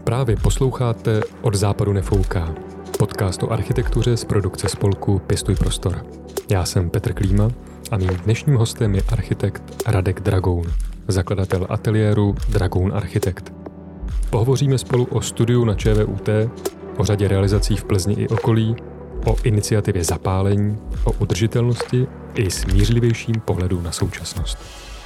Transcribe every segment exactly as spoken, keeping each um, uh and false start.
Právě posloucháte Od západu nefouká, podcast o architektuře z produkce spolku Pěstuj prostor. Já jsem Petr Klíma a mým dnešním hostem je architekt Radek Dragoun, zakladatel ateliéru Dragoun Architekt. Pohovoříme spolu o studiu na ČVUT, o řadě realizací v Plzni i okolí, o iniciativě Zapálení, o udržitelnosti i smířlivějším pohledu na současnost.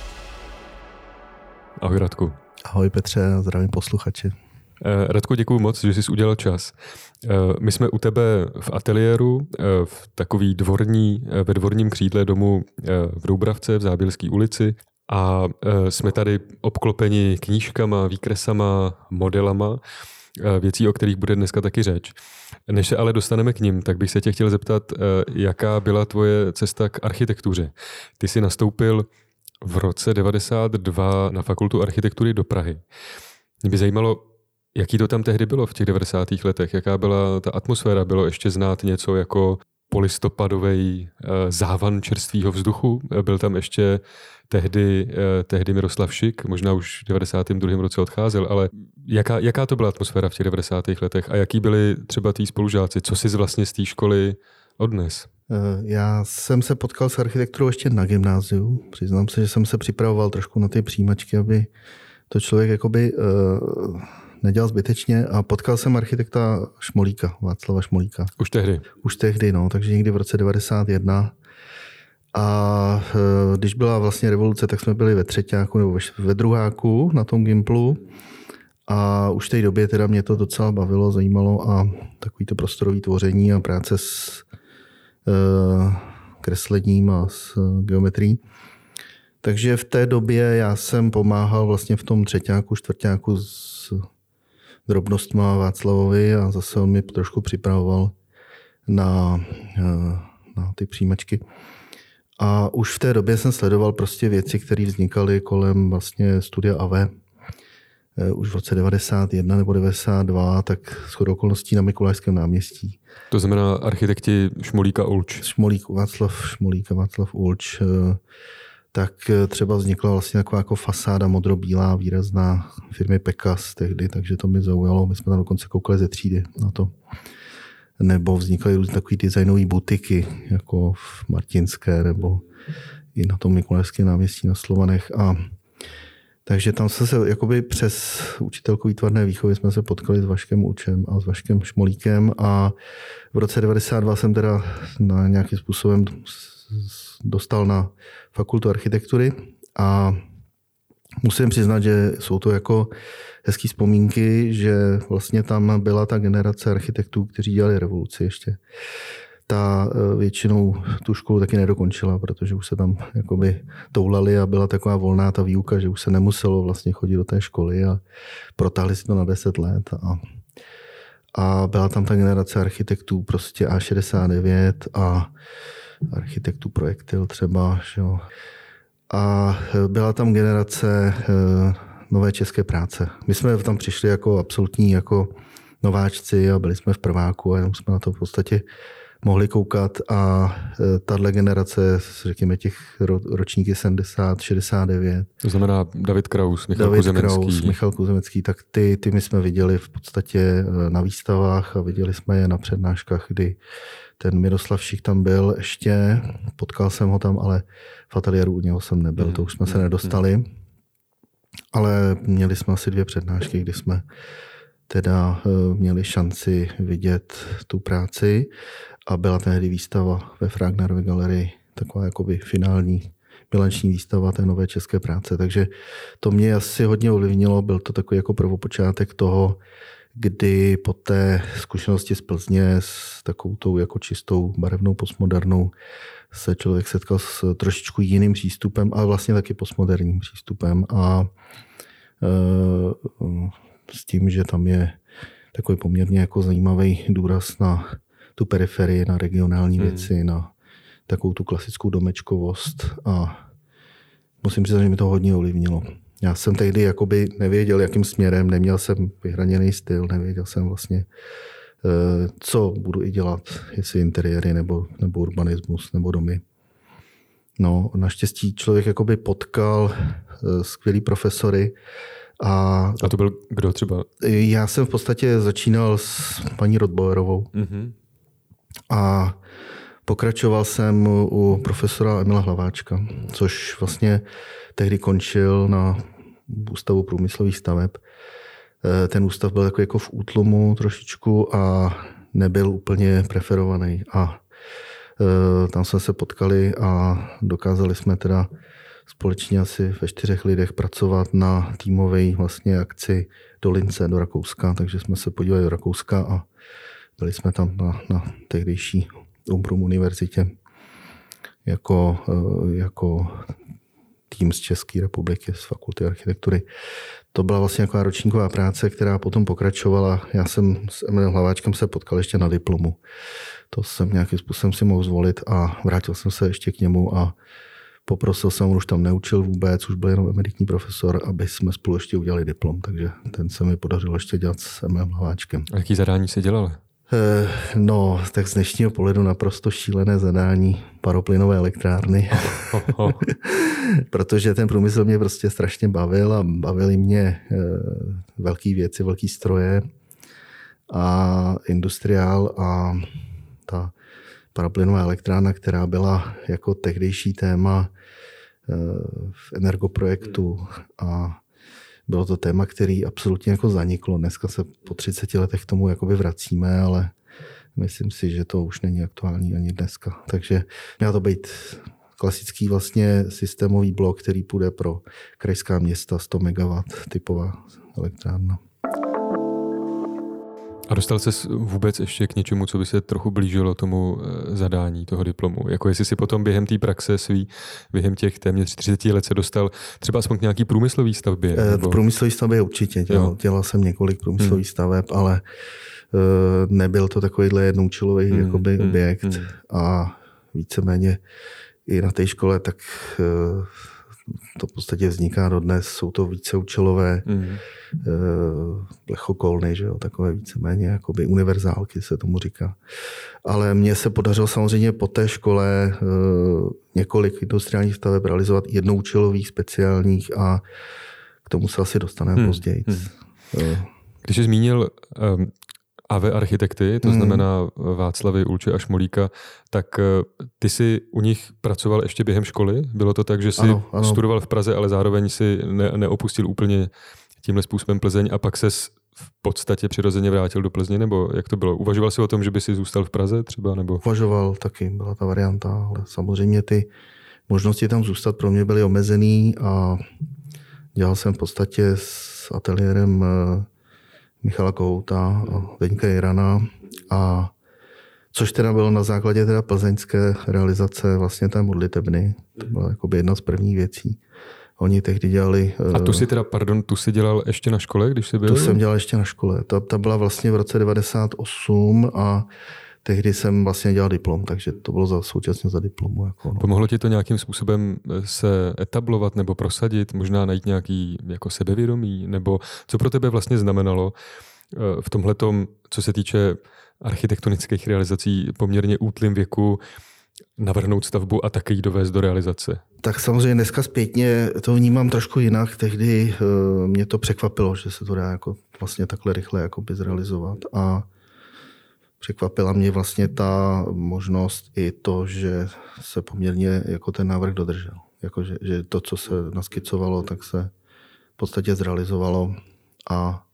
Ahoj Radku. Ahoj Petře, zdravím posluchači. Radku, děkuju moc, že jsi udělal čas. My jsme u tebe v ateliéru, v takový dvorní, ve dvorním křídle domu v Doubravce, v Zábělské ulici, a jsme tady obklopeni knížkama, výkresama, modelama, věcí, o kterých bude dneska taky řeč. Než se ale dostaneme k nim, tak bych se tě chtěl zeptat, jaká byla tvoje cesta k architektuře. Ty jsi nastoupil v roce devadesát dva na fakultu architektury do Prahy. Mě by zajímalo, jaký to tam tehdy bylo v těch devadesátých letech, jaká byla ta atmosféra, bylo ještě znát něco jako polistopadový závan čerstvého vzduchu, byl tam ještě tehdy, tehdy Miroslav Šik, možná už v devadesátém druhém roce odcházel, ale jaká, jaká to byla atmosféra v těch devadesátých letech a jaký byli třeba tý spolužáci, co jsi vlastně z té školy odnes? Já jsem se potkal s architekturou ještě na gymnáziu. Přiznám se, že jsem se připravoval trošku na ty přijímačky, aby to člověk jakoby uh, nedělal zbytečně, a potkal jsem architekta Šmolíka, Václava Šmolíka. Už tehdy? Už tehdy, no, takže někdy v roce devadesát jedna. A uh, když byla vlastně revoluce, tak jsme byli ve třeťáku nebo ve druháku na tom Gimplu. A už v té době teda mě to docela bavilo, zajímalo, a takový to prostorový tvoření a práce s uh, kreslením a s uh, geometrií. Takže v té době já jsem pomáhal vlastně v tom třeťáku, čtvrťáku s drobnostma Václavovi, a zase on mi trošku připravoval na, na ty přijímačky. A už v té době jsem sledoval prostě věci, které vznikaly kolem vlastně studia A V. Už v roce devadesát jedna nebo devadesát dva, tak shodou okolností na Mikulášském náměstí. To znamená architekti Šmolíka Ulč. Šmolík, Václav Šmolík a Václav Ulč. Tak třeba vznikla vlastně taková jako fasáda modrobílá, výrazná firmy Pekas tehdy, takže to mě zaujalo. My jsme tam dokonce koukali ze třídy na to. Nebo vznikaly různé takové designové butiky, jako v Martinské, nebo i na tom Mikulášském náměstí na Slovanech. A takže tam jsme se jakoby přes učitelku výtvarné výchovy jsme se potkali s Vaškem Ulčem a s Vaškem Šmolíkem, a v roce devadesát dva jsem teda na nějakým způsobem dostal na fakultu architektury, a musím přiznat, že jsou to jako hezký vzpomínky, že vlastně tam byla ta generace architektů, kteří dělali revoluci ještě. Ta většinou tu školu taky nedokončila, protože už se tam jakoby toulali a byla taková volná ta výuka, že už se nemuselo vlastně chodit do té školy, a protáhli si to na deset let. A, a byla tam ta generace architektů prostě A šedesát devět a architektů Projektil třeba. Že? A byla tam generace nové české práce. My jsme tam přišli jako absolutní jako nováčci a byli jsme v prváku a jenom jsme na to v podstatě mohli koukat, a tahle generace, řekněme těch ročníky sedmdesát, šedesát devět. To znamená David Kraus, Michal David Kuzemecký. Kraus, Michal Kuzemecký, tak ty, ty my jsme viděli v podstatě na výstavách a viděli jsme je na přednáškách, kdy ten Miroslav Šik tam byl ještě, potkal jsem ho tam, ale v ateliéru u něho jsem nebyl, hmm. to už jsme se nedostali. Ale měli jsme asi dvě přednášky, kdy jsme teda měli šanci vidět tu práci, a byla tehdy výstava ve Fragnerově galerii, taková jakoby finální bilanční výstava té nové české práce. Takže to mě asi hodně ovlivnilo, byl to takový jako prvopočátek toho, kdy po té zkušenosti z Plzně s takovou tou jako čistou barevnou postmodernou se člověk setkal s trošičku jiným přístupem, ale vlastně taky postmoderním přístupem, a e, s tím, že tam je takový poměrně jako zajímavý důraz na tu periferii, na regionální hmm. věci, na takovou tu klasickou domečkovost, a musím říct, že mi to hodně ovlivnilo. Já jsem tehdy jakoby nevěděl, jakým směrem, neměl jsem vyhraněný styl, nevěděl jsem vlastně, co budu i dělat, jestli interiéry nebo, nebo urbanismus nebo domy. No, naštěstí člověk jakoby potkal skvělý profesory A, a to byl kdo třeba? Já jsem v podstatě začínal s paní Rodboerovou. Mm-hmm. A pokračoval jsem u profesora Emila Hlaváčka, což vlastně tehdy končil na Ústavu průmyslových staveb. Ten ústav byl takový jako v útlumu trošičku a nebyl úplně preferovaný. A tam jsme se potkali a dokázali jsme teda společně asi ve čtyřech lidech pracovat na týmové vlastně akci do Lince, do Rakouska. Takže jsme se podívali do Rakouska a byli jsme tam na, na tehdejší Umbrum univerzitě jako, jako tým z České republiky, z Fakulty architektury. To byla vlastně nějaká ročníková práce, která potom pokračovala. Já jsem s Emilem Hlaváčkem se potkal ještě na diplomu. To jsem nějakým způsobem si mohl zvolit a vrátil jsem se ještě k němu a poprosil jsem, on už tam neučil vůbec, už byl jenom emeritní profesor, aby jsme spolu ještě udělali diplom. Takže ten se mi podařilo ještě dělat s Emilem Hlaváčkem. A jaký zadání se dělal? No, tak z dnešního pohledu naprosto šílené zadání paroplynové elektrárny. Oh, oh, oh. Protože ten průmysl mě prostě strašně bavil a bavily mě velké věci, velké stroje a industriál a ta paroplynová elektrárna, která byla jako tehdejší téma v energoprojektu a bylo to téma, který absolutně jako zaniklo. Dneska se po třiceti letech k tomu jakoby vracíme, ale myslím si, že to už není aktuální ani dneska. Takže měla to být klasický vlastně systémový blok, který půjde pro krajská města, sto megawattů typová elektrárna. A dostal ses vůbec ještě k něčemu, co by se trochu blížilo tomu zadání toho diplomu? Jako jestli si potom během té praxe svý, během těch téměř třiceti let se dostal třeba aspoň k nějaký průmyslový stavbě? Nebo... V průmyslové stavbě určitě. Dělal, dělal jsem několik průmyslových hmm. staveb, ale uh, nebyl to takovýhle jednoučilový hmm. jakoby hmm. objekt. Hmm. A víceméně i na té škole tak uh, to v podstatě vzniká dodnes. Jsou to víceúčelové mm. blechokolny, že jo, takové víceméně jakoby univerzálky se tomu říká. Ale mně se podařilo samozřejmě po té škole několik industriálních staveb realizovat jednoúčelových, speciálních a k tomu se asi dostaneme hmm. později. Hmm. Když jsi zmínil um... A V architekty, to znamená Václavy, Ulče a Šmolíka, tak ty jsi u nich pracoval ještě během školy? Bylo to tak, že jsi ano, ano. studoval v Praze, ale zároveň si ne, neopustil úplně tímhle způsobem Plzeň a pak ses v podstatě přirozeně vrátil do Plzně? Nebo jak to bylo? Uvažoval jsi o tom, že by si zůstal v Praze třeba? Nebo? Uvažoval taky, byla ta varianta, ale samozřejmě ty možnosti tam zůstat pro mě byly omezený a dělal jsem v podstatě s ateliérem Michala Kohouta a Deňka Jirana, a což teda bylo na základě teda plzeňské realizace vlastně té modlitebny. To byla jakoby jedna z prvních věcí. Oni tehdy dělali... A tu si teda, pardon, tu si dělal ještě na škole, když jsi byl? Tu jsem dělal ještě na škole. Ta, ta byla vlastně v roce devadesát osm a tehdy jsem vlastně dělal diplom, takže to bylo za, současně za diplomu. Jako no. Pomohlo ti to nějakým způsobem se etablovat nebo prosadit, možná najít nějaký jako sebevědomí, nebo co pro tebe vlastně znamenalo v tomhletom, co se týče architektonických realizací poměrně útlým věku, navrhnout stavbu a taky ji dovést do realizace? Tak samozřejmě dneska zpětně to vnímám trošku jinak. Tehdy mě to překvapilo, že se to dá jako vlastně takhle rychle jakoby zrealizovat a překvapila mě vlastně ta možnost i to, že se poměrně jako ten návrh dodržel. Jako, že, že to, co se naskicovalo, tak se v podstatě zrealizovalo a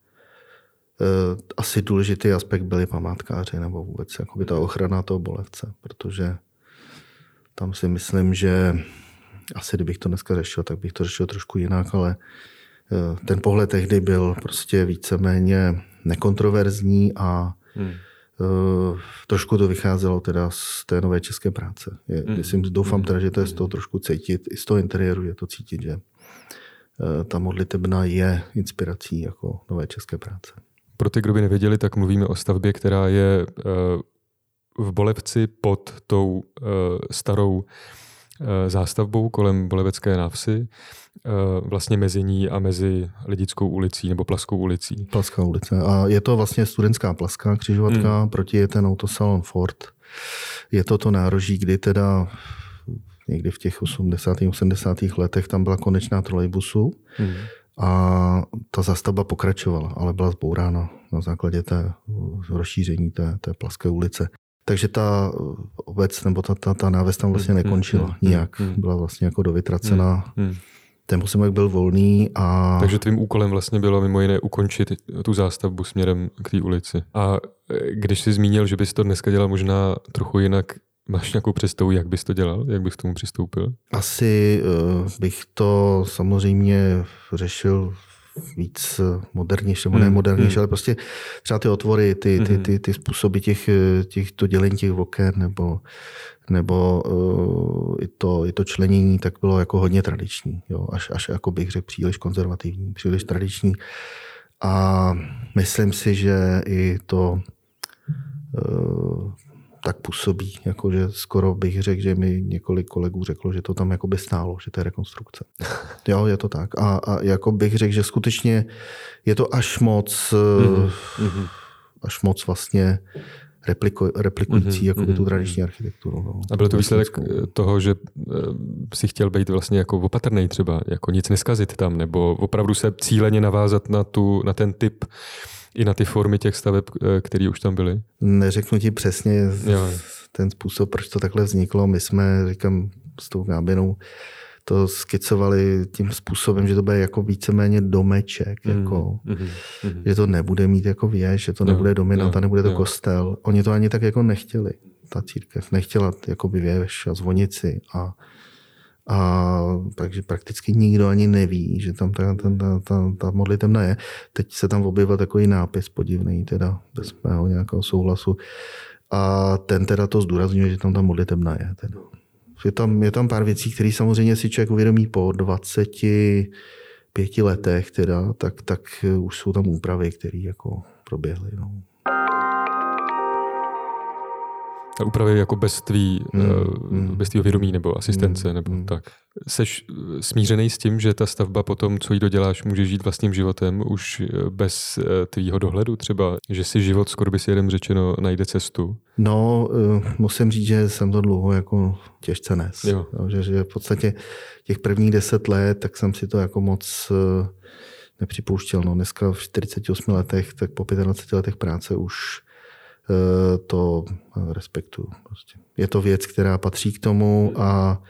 e, asi důležitý aspekt byli památkáři nebo vůbec jakoby ta ochrana toho Bolevce, protože tam si myslím, že asi kdybych to dneska řešil, tak bych to řešil trošku jinak, ale e, ten pohled tehdy byl prostě víceméně nekontroverzní a hmm. Uh, trošku to vycházelo teda z té nové české práce. Je, mm. Myslím, doufám teda, že to je z toho trošku cítit. I z toho interiéru je to cítit, že uh, ta modlitebna je inspirací jako nové české práce. Pro ty, kdo by nevěděli, tak mluvíme o stavbě, která je uh, v Bolevci pod tou uh, starou uh, zástavbou kolem Bolevecké návsi. Vlastně mezi ní a mezi Lidickou ulicí nebo Plaskou ulicí. Plaská ulice. A je to vlastně studentská plaská křižovatka, hmm. proti je ten autosalon Ford. Je to to nároží, kdy teda někdy v těch osmdesátých osmdesátých letech tam byla konečná trolejbusu hmm. A ta zástavba pokračovala, ale byla zbourána na základě té rozšíření té, té Plaské ulice. Takže ta obec nebo ta, ta, ta náves tam vlastně nekončila nijak. Byla vlastně jako dovytracená. Ten pozemek byl volný. A... Takže tvým úkolem vlastně bylo mimo jiné ukončit tu zástavbu směrem k té ulici. A když jsi zmínil, že bys to dneska dělal možná trochu jinak, máš nějakou představu, jak bys to dělal? Jak bys k tomu přistoupil? Asi uh, bych to samozřejmě řešil víc modernější, nebo ne modernější, hmm. ale prostě třeba ty otvory, ty, ty, ty, ty způsoby těch, těch, to dělení těch oken, nebo, nebo uh, i, to, i to členění, tak bylo jako hodně tradiční. Jo? Až, až jako bych řekl příliš konzervativní, příliš tradiční. A myslím si, že i to uh, tak působí, jakože skoro bych řekl, že mi několik kolegů řeklo, že to tam jakoby stálo, že to je rekonstrukce. Jo, je to tak. A, a jako bych řekl, že skutečně je to až moc, mm-hmm. až moc vlastně repliko, replikující mm-hmm. jakoby tu tradiční architekturu. No. A byl to výsledek toho, že si chtěl být vlastně jako opatrnej třeba, jako nic neskazit tam, nebo opravdu se cíleně navázat na, tu, na ten typ i na ty formy těch staveb, které už tam byly? Neřeknu ti přesně jo. ten způsob, proč to takhle vzniklo. My jsme, říkám, s tou Gábinou to skicovali tím způsobem, že to bude jako víceméně domeček, mm, jako, mm, mm. že to nebude mít jako věž, že to nebude dominanta, nebude to jo. kostel. Oni to ani tak jako nechtěli. Ta církev nechtěla jakoby věž a zvonici a A takže prakticky nikdo ani neví, že tam ta, ta, ta, ta, ta modlitebna je. Teď se tam objevil takový nápis podivný, teda bez mého nějakého souhlasu. A ten teda to zdůrazňuje, že tam ta modlitebna je. Teda. Je, tam, je tam pár věcí, které samozřejmě si člověk uvědomí po dvaceti pěti letech, teda, tak, tak už jsou tam úpravy, které jako proběhly. No. A úpravy jako bez tvý, mm, bez tvýho vědomí nebo asistence, mm, nebo mm. tak. Seš smířený s tím, že ta stavba potom, co jí doděláš, může žít vlastním životem už bez tvýho dohledu třeba? Že si život, skoro by si jedem řečeno, najde cestu? No, musím říct, že jsem to dlouho jako těžce nes. Jo. Že, že v podstatě těch prvních deset let, tak jsem si to jako moc nepřipouštěl. No, dneska v čtyřiceti osmi letech, tak po dvaceti pěti letech práce už to respektuju. Prostě. Je to věc, která patří k tomu a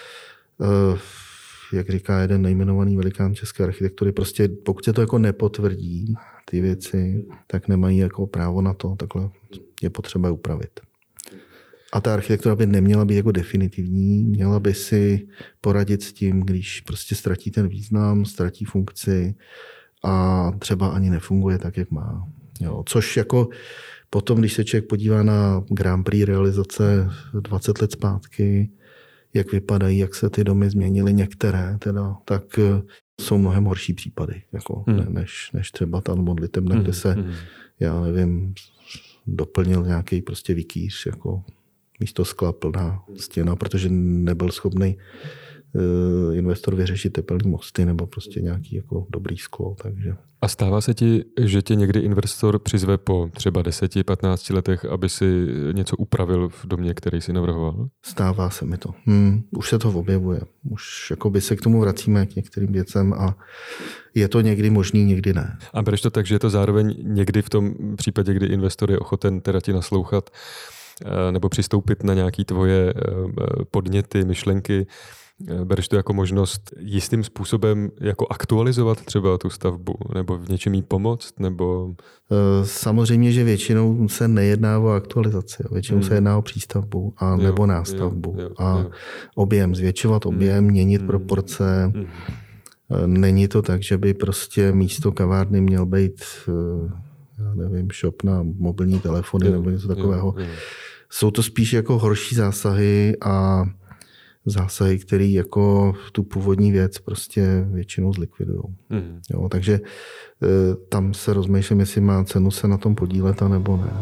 jak říká jeden nejmenovaný velikán české architektury, prostě pokud se to jako nepotvrdí ty věci, tak nemají jako právo na to, takhle je potřeba upravit. A ta architektura by neměla být jako definitivní, měla by si poradit s tím, když prostě ztratí ten význam, ztratí funkci a třeba ani nefunguje tak, jak má. Jo, což jako potom, když se člověk podívá na Grand Prix realizace dvacet let zpátky, jak vypadají, jak se ty domy změnily některé, teda, tak jsou mnohem horší případy, jako, hmm. než, než třeba ta modlitebna, hmm. kde se, hmm. já nevím, doplnil nějaký prostě vikýř, jako místo skla plná stěna, protože nebyl schopný uh, investor vyřešit tepelné mosty nebo prostě nějaký jako dobrý sklo. Takže. A stává se ti, že tě někdy investor přizve po třeba deseti, patnácti letech, aby si něco upravil v domě, který si navrhoval? Stává se mi to. Hmm, už se to objevuje. Už jakoby se k tomu vracíme k některým věcem a je to někdy možný, někdy ne. A bereš to tak, že je to zároveň někdy v tom případě, kdy investor je ochoten teda ti naslouchat nebo přistoupit na nějaké tvoje podněty, myšlenky, bereš to jako možnost jistým způsobem jako aktualizovat třeba tu stavbu nebo v něčem jí pomoct? Nebo... Samozřejmě, že většinou se nejedná o aktualizaci. Většinou hmm. se jedná o přístavbu a jo, nebo nástavbu. Jo, jo, a jo. objem, zvětšovat objem, hmm. měnit hmm. proporce. Hmm. Není to tak, že by prostě místo kavárny měl být já nevím, shop na mobilní telefony jo, nebo něco takového. Jo, jo. Jsou to spíš jako horší zásahy a zásahy, které jako tu původní věc prostě většinou zlikvidujou. Mm. Jo, takže e, tam se rozmýšlím, jestli má cenu se na tom podílet, a nebo ne.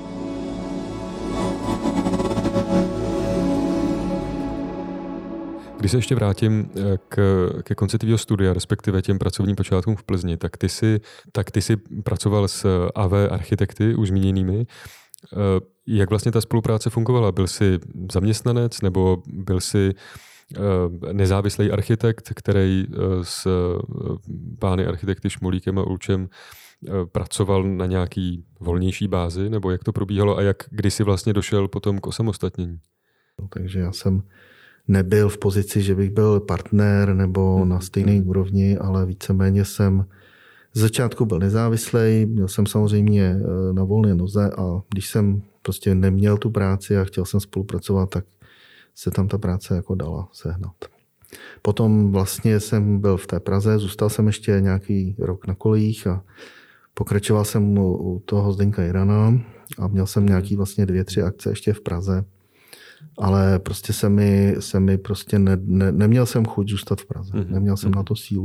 Když se ještě vrátím k, ke konci tvýho studia, respektive těm pracovním počátkům v Plzni, tak ty jsi, tak ty jsi pracoval s á vé architekty, už zmíněnými. Jak vlastně ta spolupráce fungovala? Byl jsi zaměstnanec nebo byl jsi nezávislý architekt, který s pány architekty Šmolíkem a Ulčem pracoval na nějaký volnější bázi, nebo jak to probíhalo a jak kdysi vlastně došel potom k osamostatnění? No, takže já jsem nebyl v pozici, že bych byl partner nebo hmm. na stejné hmm. úrovni, ale víceméně jsem z začátku byl nezávislý, měl jsem samozřejmě na volné noze a když jsem prostě neměl tu práci a chtěl jsem spolupracovat, tak se tam ta práce jako dala sehnat. Potom vlastně jsem byl v té Praze, zůstal jsem ještě nějaký rok na kolejích a pokračoval jsem u toho Zdeňka Jirana a měl jsem nějaký vlastně dvě, tři akce ještě v Praze, ale prostě se mi, se mi prostě ne, ne, neměl jsem chuť zůstat v Praze, mm-hmm. neměl jsem mm-hmm. na to sílu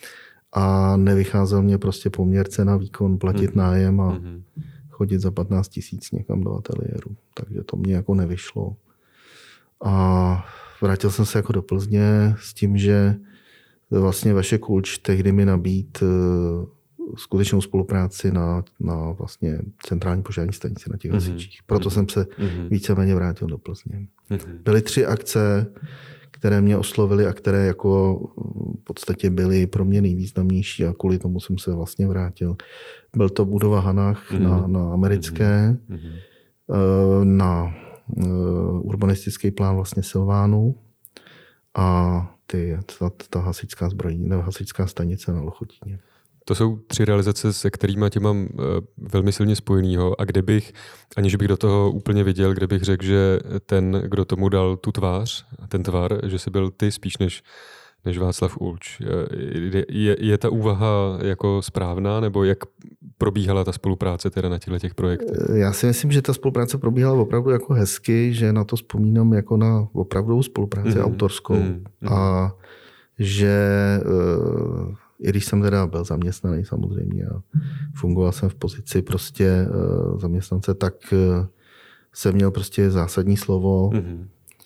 a nevycházel mě prostě poměr cena výkon, platit mm-hmm. nájem a mm-hmm. chodit za patnáct tisíc někam do ateliéru, takže to mě jako nevyšlo. A vrátil jsem se jako do Plzně s tím, že vlastně Vašek Ulč tehdy mi nabít skutečnou spolupráci na, na vlastně centrální požární stanici na těch hasičích. Mm-hmm. Proto mm-hmm. jsem se mm-hmm. víceméně vrátil do Plzně. Mm-hmm. Byly tři akce, které mě oslovily a které jako v podstatě byly pro mě nejvýznamnější a kvůli tomu jsem se vlastně vrátil. Byl to budova Hanach mm-hmm. na, na americké, mm-hmm. na urbanistický plán vlastně Silvánu a ty, ta, ta hasičská zbrojní, nebo hasičská stanice na Lochotíně. To jsou tři realizace, se kterými tě mám velmi silně spojenýho a kde bych, aniž bych do toho úplně viděl, kde bych řekl, že ten, kdo tomu dal tu tvář, ten tvar, že jsi byl ty spíš než, než Václav Ulč. Je, je, je ta úvaha jako správná, nebo jak probíhala ta spolupráce teda na těchto těch projektech? Já si myslím, že ta spolupráce probíhala opravdu jako hezky, že na to vzpomínám jako na opravdovou spolupráci mm-hmm. autorskou mm-hmm. a že i když jsem teda byl zaměstnaný samozřejmě a fungoval jsem v pozici prostě zaměstnance, tak jsem měl prostě zásadní slovo. Mm-hmm.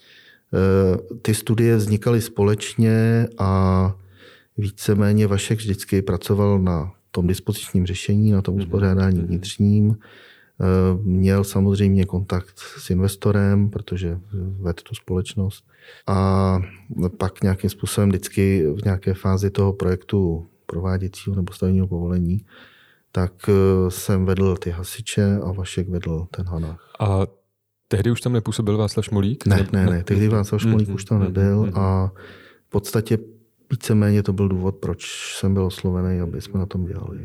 Ty studie vznikaly společně a víceméně Vašek vždycky pracoval na tom dispozičním řešení, na tom uspořádání mm-hmm. vnitřním. Měl samozřejmě kontakt s investorem, protože vedl tu společnost. A pak nějakým způsobem vždycky v nějaké fázi toho projektu prováděcího nebo stavebního povolení, tak jsem vedl ty hasiče a Vašek vedl ten Hanach. A tehdy už tam nepůsobil Václav Šmolík? Ne, ne, ne. Tehdy Václav Šmolík mm-hmm. už tam nebyl a v podstatě víceméně to byl důvod, proč jsem byl oslovený, aby jsme na tom dělali.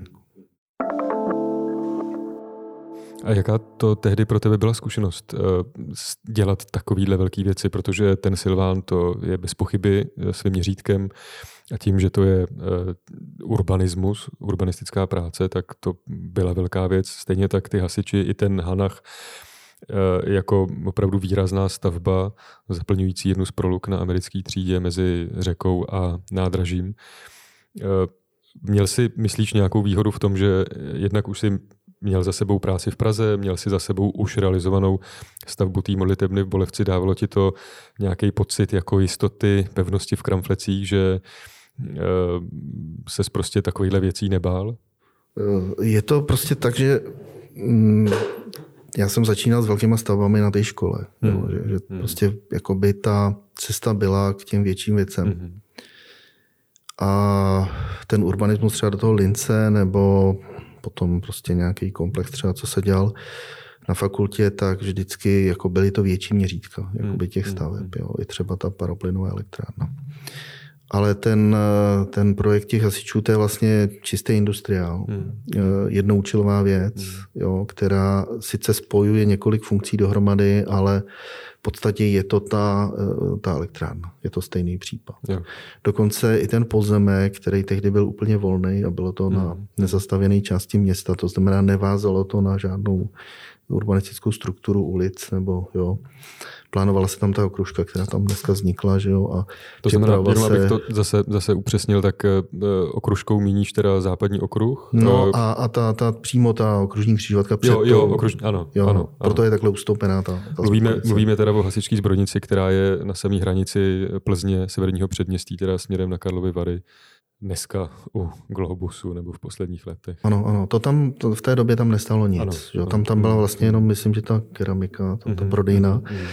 A jaká to tehdy pro tebe byla zkušenost dělat takovýhle velké věci, protože ten Silván to je bez pochyby svým měřítkem a tím, že to je urbanismus, urbanistická práce, tak to byla velká věc. Stejně tak ty hasiči i ten Hanach jako opravdu výrazná stavba zaplňující jednu z proluk na americké třídě mezi řekou a nádražím. Měl jsi, myslíš, nějakou výhodu v tom, že jednak už si měl za sebou práci v Praze, měl si za sebou už realizovanou stavbu té modlitebny v Bolevci, dávalo ti to nějaký pocit jako jistoty, pevnosti v kramflecích, že e, ses prostě takovýchhle věcí nebál? Je to prostě tak, že mm, já jsem začínal s velkýma stavbami na té škole. Hmm. Jo, že, že hmm. prostě jakoby ta cesta byla k těm větším věcem. Hmm. A ten urbanismus třeba do toho Lince nebo potom prostě nějaký komplex třeba, co se dělal na fakultě, tak vždycky jako byly to větší měřítka jakoby těch staveb. Jo. I třeba ta paroplynová elektrárna. Ale ten, ten projekt těch hasičů, to je vlastně čistý industriál. Hmm. Jednoučilová věc, hmm. jo, která sice spojuje několik funkcí dohromady, ale v podstatě je to ta, ta elektrárna. Je to stejný případ. Jo. Dokonce i ten pozemek, který tehdy byl úplně volný a bylo to hmm. na nezastavěné části města, to znamená nevázalo to na žádnou urbanistickou strukturu ulic, nebo jo. Plánovala se tam ta okružka, která tam dneska vznikla, že jo. A to znamená, jenom se... abych to zase, zase upřesnil, tak okružkou míníš teda západní okruh? No a, a ta, ta přímo ta okružní křižovatka před jo, jo, okruž... ano, jo, ano, proto ano. je takhle ustoupená ta, ta mluvíme, mluvíme teda o hasičské zbrojnici, která je na samé hranici Plzně, severního předměstí, teda směrem na Karlovy Vary. Dneska u Globusu nebo v posledních letech. Ano, ano. To tam, to v té době tam nestalo nic. Ano, že? Tam, tam byla vlastně jenom, myslím, že ta keramika, tam ta prodejna.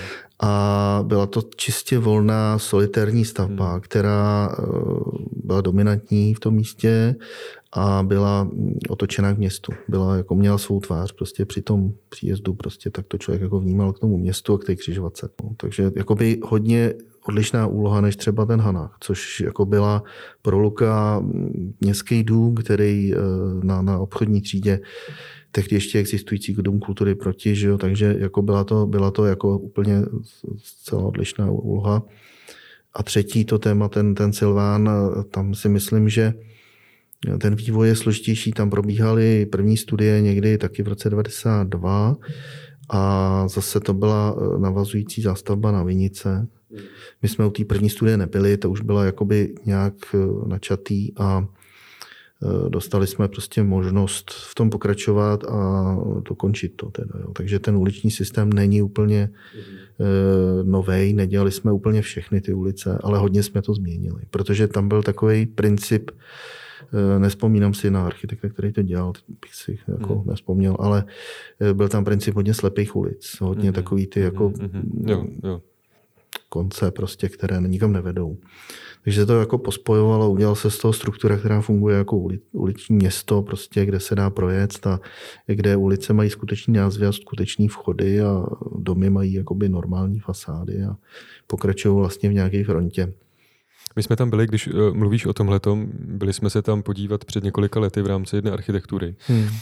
A byla to čistě volná solitérní stavba, hmm. která byla dominantní v tom místě a byla otočená k městu. Byla, jako měla svou tvář prostě při tom příjezdu, prostě tak to člověk jako vnímal k tomu městu a k té křižovatce. No, takže jakoby hodně odlišná úloha než třeba ten Hanách, což jako byla pro Luka městský dům, který na, na obchodní třídě tehdy ještě existující dům kultury proti, že jo? Takže jako byla, to, byla to jako úplně celá odlišná úloha. A třetí to téma, ten, ten Silván, tam si myslím, že ten vývoj je složitější. Tam probíhaly první studie někdy taky v roce devadesát dva a zase to byla navazující zástavba na Vinice. My jsme u té první studie nebyli, to už byla jakoby nějak načatý a dostali jsme prostě možnost v tom pokračovat a dokončit to. Teda, jo. Takže ten uliční systém není úplně mm. novej, nedělali jsme úplně všechny ty ulice, ale hodně jsme to změnili, protože tam byl takový princip, nespomínám si na architekta, který to dělal, bych si jako mm. nespomněl, ale byl tam princip hodně slepých ulic, hodně mm. takový ty jako mm. jo, jo. konce, prostě, které nikam nevedou. Takže se to jako pospojovalo, udělal se z toho struktura, která funguje jako uliční město, prostě, kde se dá projet a kde ulice mají skutečný názvy a skutečný vchody a domy mají jakoby normální fasády a pokračují vlastně v nějaké frontě. My jsme tam byli, když uh, mluvíš o tomhletom, byli jsme se tam podívat před několika lety v rámci jedné architektury. Hmm. Uh,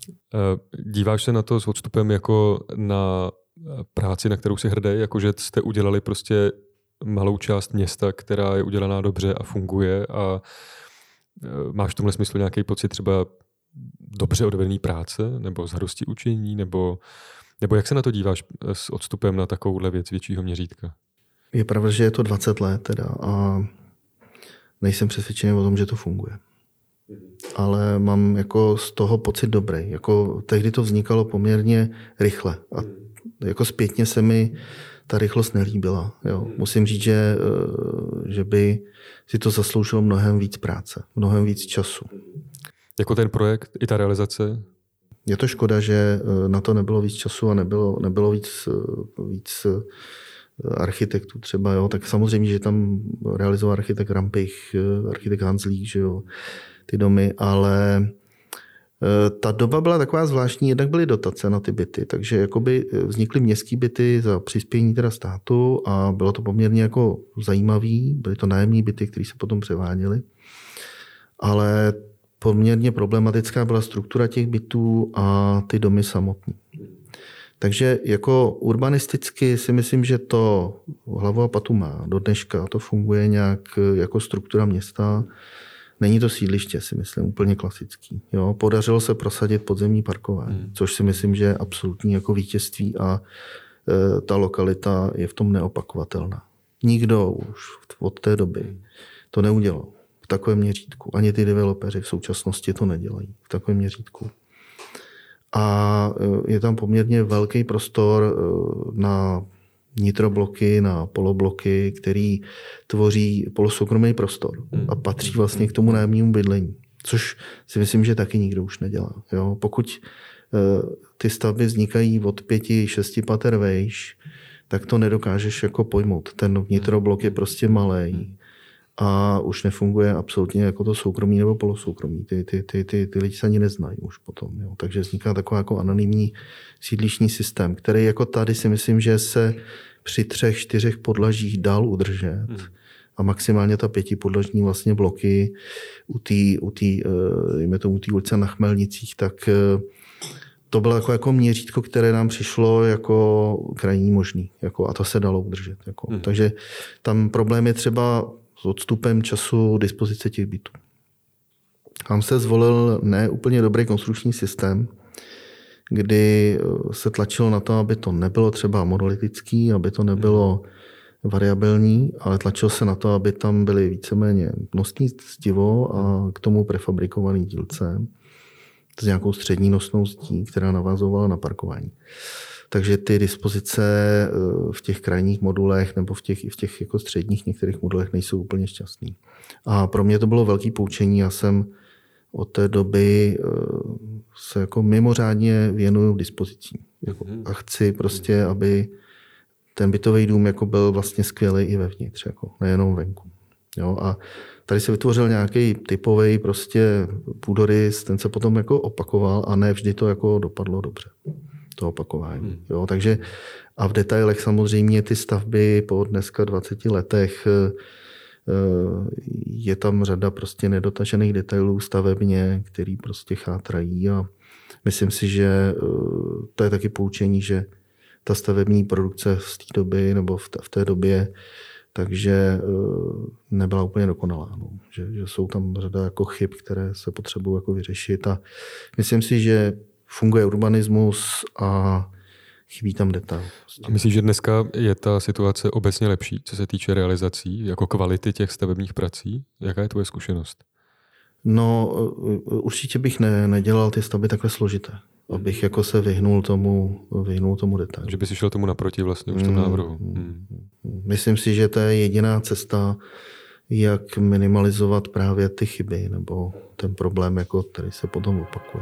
díváš se na to s odstupem jako na práci, na kterou si hrdý, jakože jste udělali prostě malou část města, která je udělaná dobře a funguje a máš v tomhle smyslu nějaký pocit třeba dobře odvedený práce nebo zadosti učení, nebo, nebo jak se na to díváš s odstupem na takovouhle věc většího měřítka? Je pravda, že je to dvacet let teda a nejsem přesvědčený o tom, že to funguje. Ale mám jako z toho pocit dobrý. Jako tehdy to vznikalo poměrně rychle a jako zpětně se mi ta rychlost nelíbila. Jo. Musím říct, že, že by si to zasloužilo mnohem víc práce, mnohem víc času. Jako ten projekt i ta realizace? Je to škoda, že na to nebylo víc času a nebylo, nebylo víc, víc architektů třeba. Jo. Tak samozřejmě, že tam realizoval architekt Rampich, architekt Hanzlík, že jo, ty domy, ale ta doba byla taková zvláštní, jednak byly dotace na ty byty, takže jakoby vznikly městský byty za přispění teda státu a bylo to poměrně jako zajímavý, byly to nájemní byty, které se potom převáděly, ale poměrně problematická byla struktura těch bytů a ty domy samotné. Takže jako urbanisticky si myslím, že to hlavu a patu má do dneška, to funguje nějak jako struktura města. Není to sídliště, si myslím, úplně klasický. Jo, podařilo se prosadit podzemní parkování, hmm. což si myslím, že je absolutní jako vítězství a e, ta lokalita je v tom neopakovatelná. Nikdo už od té doby to neudělal v takovém měřítku. Ani ty developeři v současnosti to nedělají v takovém měřítku. A e, je tam poměrně velký prostor e, na nitrobloky, na polobloky, který tvoří polosoukromý prostor a patří vlastně k tomu nájemnímu bydlení, což si myslím, že taky nikdo už nedělá. Jo? Pokud ty stavby vznikají od pěti, šesti pater vejš, tak to nedokážeš jako pojmout. Ten nitroblok je prostě malej a už nefunguje absolutně jako to soukromí nebo polosoukromí. Ty, ty, ty, ty, ty lidi se ani neznají už potom. Jo? Takže vzniká takový jako anonymní sídlišní systém, který jako tady si myslím, že se při třech, čtyřech podlažích dal udržet. Hmm. A maximálně ta pětipodlažní vlastně bloky u té u tý, dejme tomu, tý ulice na Chmelnicích, tak to bylo jako, jako měřítko, které nám přišlo jako krajní možný. Jako, a to se dalo udržet. Jako. Hmm. Takže tam problém je třeba s odstupem času dispozice těch bytů. Tam se zvolil ne úplně dobrý konstrukční systém, kdy se tlačilo na to, aby to nebylo třeba monolitický, aby to nebylo variabilní, ale tlačilo se na to, aby tam byly víceméně nosní zdivo a k tomu prefabrikovaný dílce s nějakou střední nosnou zdí, která navazovala na parkování. Takže ty dispozice v těch krajních modulech nebo v těch, v těch jako středních některých modulech nejsou úplně šťastný. A pro mě to bylo velké poučení. Já jsem od té doby se jako mimořádně věnuju dispozicím. Jako a chci prostě, aby ten bytový dům jako byl vlastně skvělý i vevnitř, jako nejenom venku. Jo, a tady se vytvořil nějaký typový prostě půdorys, ten se potom jako opakoval a ne vždy to jako dopadlo dobře, to opakování. Hmm. Jo, takže a v detailech samozřejmě ty stavby po dneska dvaceti letech je tam řada prostě nedotažených detailů stavebně, který prostě chátrají a myslím si, že to je taky poučení, že ta stavební produkce z té doby nebo v té době takže nebyla úplně dokonalá. No. Že, že jsou tam řada jako chyb, které se potřebují jako vyřešit a myslím si, že funguje urbanismus a chybí tam detail. Prostě. A myslíš, že dneska je ta situace obecně lepší, co se týče realizací, jako kvality těch stavebních prací? Jaká je tvoje zkušenost? No, určitě bych ne, nedělal ty stavby takhle složité. Abych jako se vyhnul tomu, vyhnul tomu detailu. Že by si šel tomu naproti vlastně už v tom návrhu. Hmm. Myslím si, že to je jediná cesta, jak minimalizovat právě ty chyby nebo ten problém, jako, který se potom opakuje.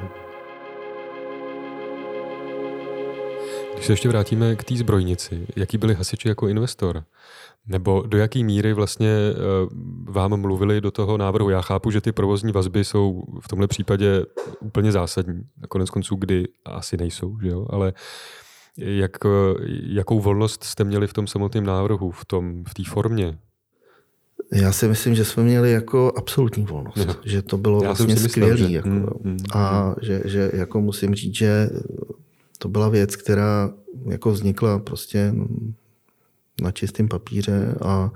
Když se ještě vrátíme k té zbrojnici, jaký byli hasiči jako investor? Nebo do jaký míry vlastně vám mluvili do toho návrhu? Já chápu, že ty provozní vazby jsou v tomhle případě úplně zásadní. Konec konců, kdy asi nejsou, že jo? Ale jak, jakou volnost jste měli v tom samotném návrhu, v tom, v té formě? Já si myslím, že jsme měli jako absolutní volnost. No. Že to bylo Já vlastně skvělý. Jako, hmm, hmm, a hmm. Že, že jako musím říct, že to byla věc, která jako vznikla prostě na čistém papíře a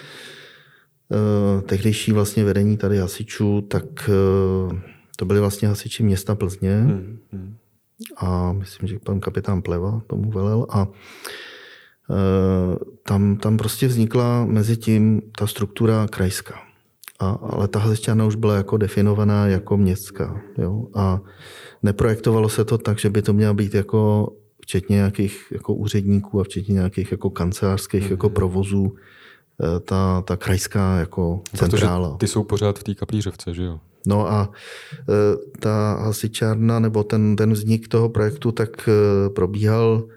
e, tehdejší vlastně vedení tady hasičů, tak e, to byli vlastně hasiči města Plzně hmm, hmm. a myslím, že pan kapitán Pleva tomu velel a e, tam, tam prostě vznikla mezi tím ta struktura krajská. A, ale ta hasičárna už byla jako definovaná jako městská. Jo? A neprojektovalo se to tak, že by to měla být jako včetně nějakých jako úředníků a včetně nějakých jako kancelářských mm-hmm. jako provozů, ta, ta krajská jako centrála. Protože ty jsou pořád v té Kaplířovce, že jo? No a ta hasičárna nebo ten, ten vznik toho projektu tak probíhal,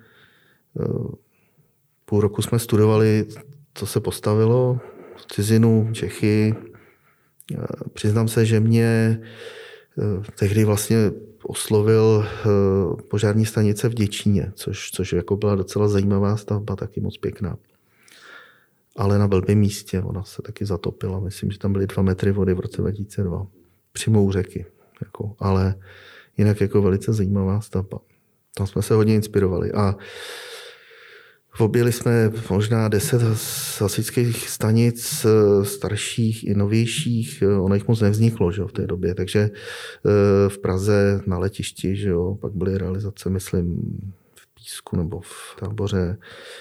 půl roku jsme studovali, co se postavilo, cizinu, Čechy. Přiznám se, že mě tehdy vlastně oslovil požární stanice v Děčíně, což, což jako byla docela zajímavá stavba, taky moc pěkná. Ale na blbém místě, ona se taky zatopila. Myslím, že tam byly dva metry vody v roce dva tisíce dva. Přímo řeky. Jako, ale jinak jako velice zajímavá stavba. Tam jsme se hodně inspirovali. A objeli jsme možná deset hasičských stanic starších i novějších. Ono jich moc nevzniklo, že jo, v té době. Takže v Praze na letišti, že jo, pak byly realizace, myslím, v Písku nebo v Táboře.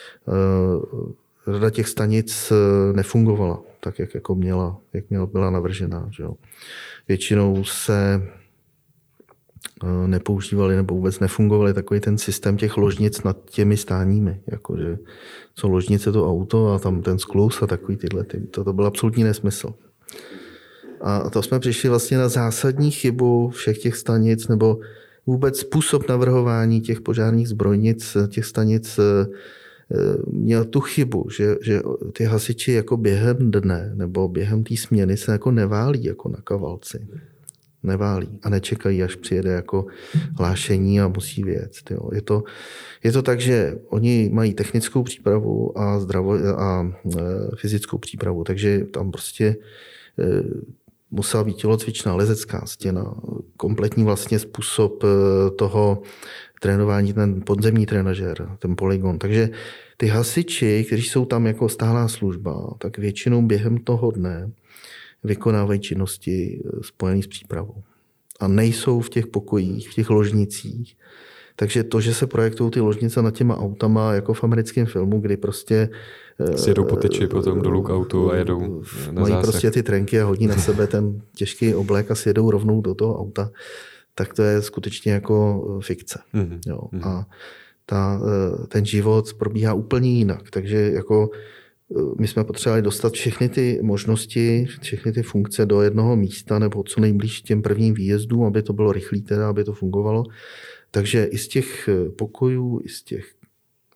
Řada těch stanic nefungovala tak, jak jako měla, jak měla, byla navržená. Že jo. Většinou se nepoužívali nebo vůbec nefungovali takový ten systém těch ložnic nad těmi stáními. Jakože co ložnice to auto a tam ten skluz a takový tyhle. To, to byl absolutní nesmysl. A to jsme přišli vlastně na zásadní chybu všech těch stanic nebo vůbec způsob navrhování těch požárních zbrojnic, těch stanic měl tu chybu, že, že ty hasiči jako během dne nebo během té směny se jako neválí jako na kavalci. Neválí a nečekají, až přijede jako hlášení a musí věc. Jo. Je, to, je to tak, že oni mají technickou přípravu a, zdravo, a e, fyzickou přípravu, takže tam prostě e, musela být tělocvičná lezecká stěna, kompletní vlastně způsob e, toho trénování, ten podzemní trenažér, ten polygon. Takže ty hasiči, kteří jsou tam jako stálá služba, tak většinou během toho dne vykonávají činnosti spojené s přípravou. A nejsou v těch pokojích, v těch ložnicích. Takže to, že se projektují ty ložnice nad těma autama, jako v americkém filmu, kdy prostě sjedou po tyči potom dolů k autu a jedou na mají zásah. prostě ty trenky a hodí na sebe ten těžký oblek a sjedou rovnou do toho auta, tak to je skutečně jako fikce. Mm-hmm. Jo. A ta, ten život probíhá úplně jinak. Takže jako my jsme potřebovali dostat všechny ty možnosti, všechny ty funkce do jednoho místa nebo co nejblíž těm prvním výjezdům, aby to bylo rychlé, teda, aby to fungovalo. Takže i z těch pokojů, i z těch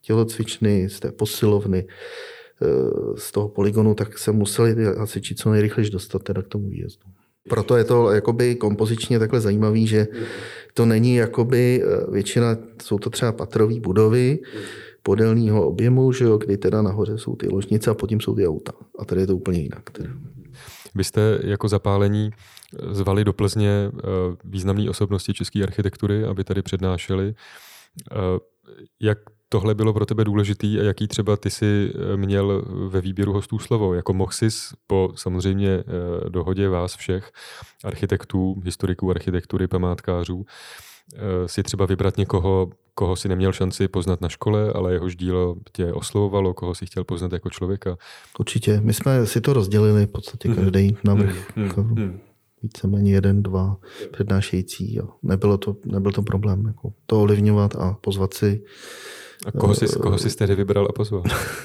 tělocvičny, z té posilovny, z toho polygonu, tak se museli hasiči co nejrychleji dostat teda k tomu výjezdu. Proto je to jakoby kompozičně takhle zajímavý, že to není jakoby většina, jsou to třeba patrové budovy podélného objemu, že jo, kdy teda nahoře jsou ty ložnice a pod tím jsou ty auta. A tady je to úplně jinak. Teda. Vy jste jako Zapálení zvali do Plzně významné osobnosti české architektury, aby tady přednášeli. Jak tohle bylo pro tebe důležitý a jaký třeba ty jsi měl ve výběru hostů slovo? Jako mohl jsi po samozřejmě dohodě vás všech, architektů, historiků architektury, památkářů, si třeba vybrat někoho, koho si neměl šanci poznat na škole, ale jehož dílo tě oslovovalo, koho si chtěl poznat jako člověka? Určitě. My jsme si to rozdělili v podstatě každý navrch. Hmm. Hmm. Hmm. Víceméně jeden, dva přednášející. Jo. Nebylo to, nebyl to problém. Jako to ovlivňovat a pozvat si. A koho jsi, koho jsi tedy vybral a pozval?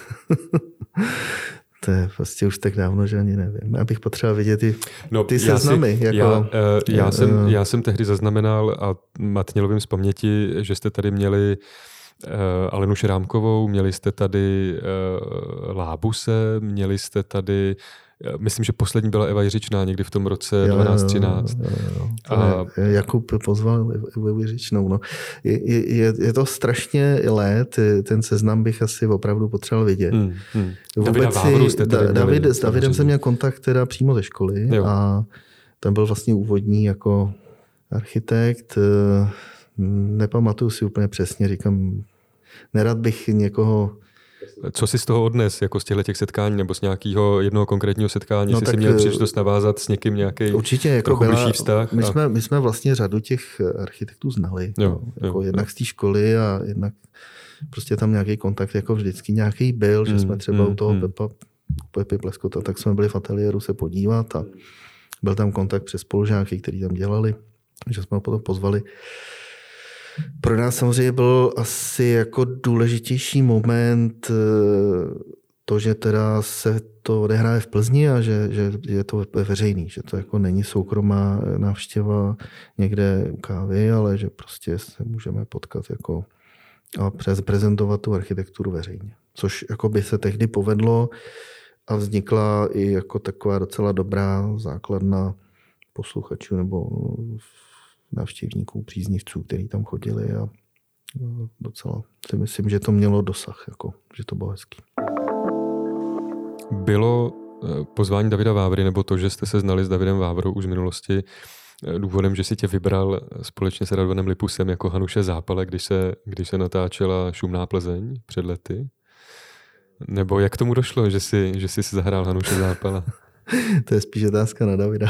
To je prostě už tak dávno, že ani nevím. Já bych potřeboval vidět ty, no, ty seznamy. Si, jako, já, uh, já, jsem, já jsem tehdy zaznamenal a matnělo vím z paměti, že jste tady měli uh, Alenu Šrámkovou, měli jste tady uh, Lábuse, měli jste tady myslím, že poslední byla Eva Jiřičná někdy v tom roce dvanáct třináct. A Jakub pozval Evu Jiřičnou. No. Je, je, je to strašně let, ten seznam bych asi opravdu potřeboval vidět. Hmm, hmm. Vůbec si, da, David, s Davidem jsem měl kontakt teda přímo ze školy jo. A tam byl vlastně úvodní jako architekt. Nepamatuju si úplně přesně, říkám, nerad bych někoho. Co jsi z toho odnes, jako z těchto těch setkání, nebo z nějakého jednoho konkrétního setkání, no, jsi měl příležitost navázat s někým nějaký určitě, jako trochu blížší vztah? My, a... jsme, my jsme vlastně řadu těch architektů znali. Jo, no, jako jo, jednak jo. z té školy a jednak prostě tam nějaký kontakt jako vždycky nějaký byl, že mm, jsme třeba mm, u toho mm. Pepa, Pepy Pleskota, tak jsme byli v ateliéru se podívat a byl tam kontakt přes spolužáky, který tam dělali, že jsme ho potom pozvali. Pro nás samozřejmě byl asi jako důležitější moment to, že teda se to odehraje v Plzni a že, že je to veřejný, že to jako není soukromá návštěva někde u kávy, ale že prostě se můžeme potkat jako a prezentovat tu architekturu veřejně. Což jako by se tehdy povedlo a vznikla i jako taková docela dobrá základna posluchačů nebo návštěvníků, příznivců, kteří tam chodili a docela si myslím, že to mělo dosah, jako, že to bylo hezký. Bylo pozvání Davida Vávry nebo to, že jste se znali s Davidem Vávrou už v minulosti důvodem, že si tě vybral společně s Radvanem Lipusem jako Hanuše Zápala, když se, když se natáčela Šumná Plzeň před lety? Nebo jak tomu došlo, že jsi, že jsi si zahrál Hanuše Zápala? To je spíš otázka na Davida.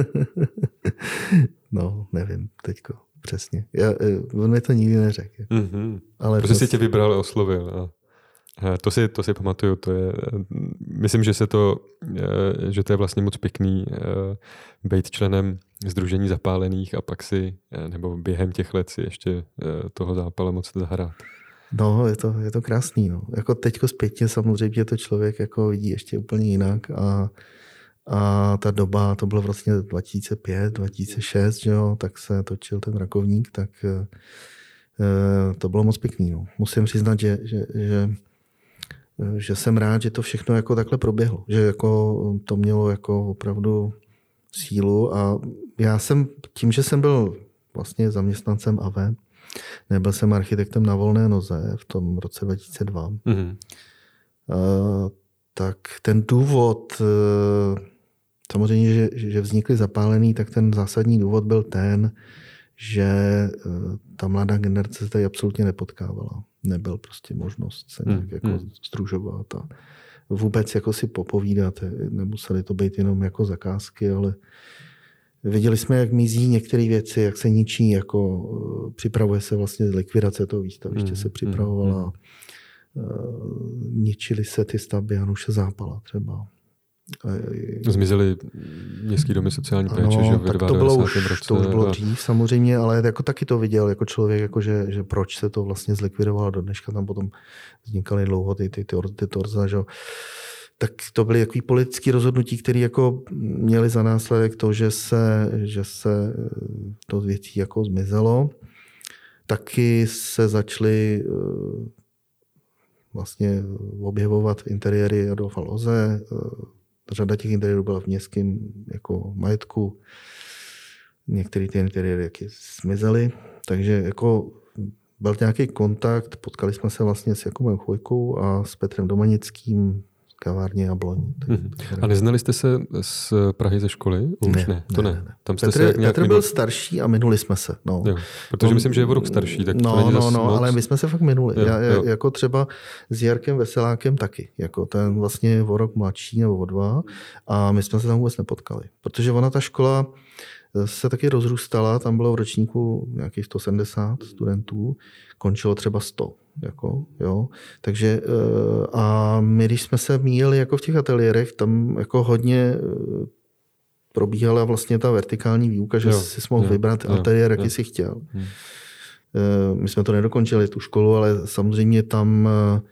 No, nevím teďko přesně. Já, on mi to nikdy neřekl. Mm-hmm. Ale prostě si tě vybral a oslovil. A to si, to si pamatuju. To je, myslím, že se to, že to je vlastně moc pěkný být členem Sdružení zapálených a pak si, nebo během těch let si ještě toho Zápala moc zahrát. No, je to, je to krásný. No. Jako teďko zpětně samozřejmě to člověk jako vidí ještě úplně jinak a A ta doba, to bylo vlastně dva tisíce pět, dva tisíce šest, že jo, tak se točil ten Rakovník, tak e, to bylo moc pěkný. No. Musím přiznat, že, že, že, že jsem rád, že to všechno jako takhle proběhlo. Že jako to mělo jako opravdu sílu a já jsem, tím, že jsem byl vlastně zaměstnancem A V, nebyl jsem architektem na volné noze v tom roce dva tisíce dva, mm-hmm. e, tak ten důvod, samozřejmě, že, že vznikly zapálený, tak ten zásadní důvod byl ten, že ta mladá generace se tady absolutně nepotkávala. Nebyl prostě možnost se nějak hmm, jako hmm. sdružovat a vůbec jako si popovídat. Nemuseli to být jenom jako zakázky, ale viděli jsme, jak mizí některé věci, jak se ničí, jako připravuje se vlastně likvidace toho výstaviště, hmm, se připravovala. Hmm. Ničily se ty stavby Hanuše Zápala třeba. Zmizely městský domy sociální péče, ano, že v tak to bylo už, roce. To už bylo dřív samozřejmě, ale jako taky to viděl jako člověk, jako že, že proč se to vlastně zlikvidovalo do dneška, tam potom vznikaly dlouho ty, ty, ty, ty torza, že? Tak to byly jaký politické rozhodnutí, které jako měly za následek to, že se, že se to věcí jako zmizelo. Taky se začaly vlastně objevovat interiéry Adolfa Loze. Řada těch interiérů byla v městském jako majetku. Některé ty interiéry jaky zmizely. Takže jako byl nějaký kontakt. Potkali jsme se vlastně s Jakubem Chvojkou a s Petrem Domanickým v kavárně Jabloň. Hmm. A neznali jste se z Prahy ze školy? Už ne, ne to ne. ne. ne. Tam jste Petr, se jak nějak Petr minul... byl starší a minuli jsme se. No. Jo, protože no, myslím, že je o rok starší. Tak no, to no, no, moc... ale my jsme se fakt minuli. Jo, Já, jo. Jako třeba s Jarkem Veselákem taky. Jako ten vlastně o rok mladší nebo o dva. A my jsme se tam vůbec nepotkali. Protože ona ta škola se taky rozrůstala. Tam bylo v ročníku nějakých sto sedmdesát studentů. Končilo třeba sto. Jako, jo. Takže a my, když jsme se míjeli jako v těch ateliérech, tam jako hodně probíhala vlastně ta vertikální výuka, že jo, si mohl jo, vybrat jo, ateliér, jaký si chtěl. Hmm. My jsme to nedokončili, tu školu, ale samozřejmě tam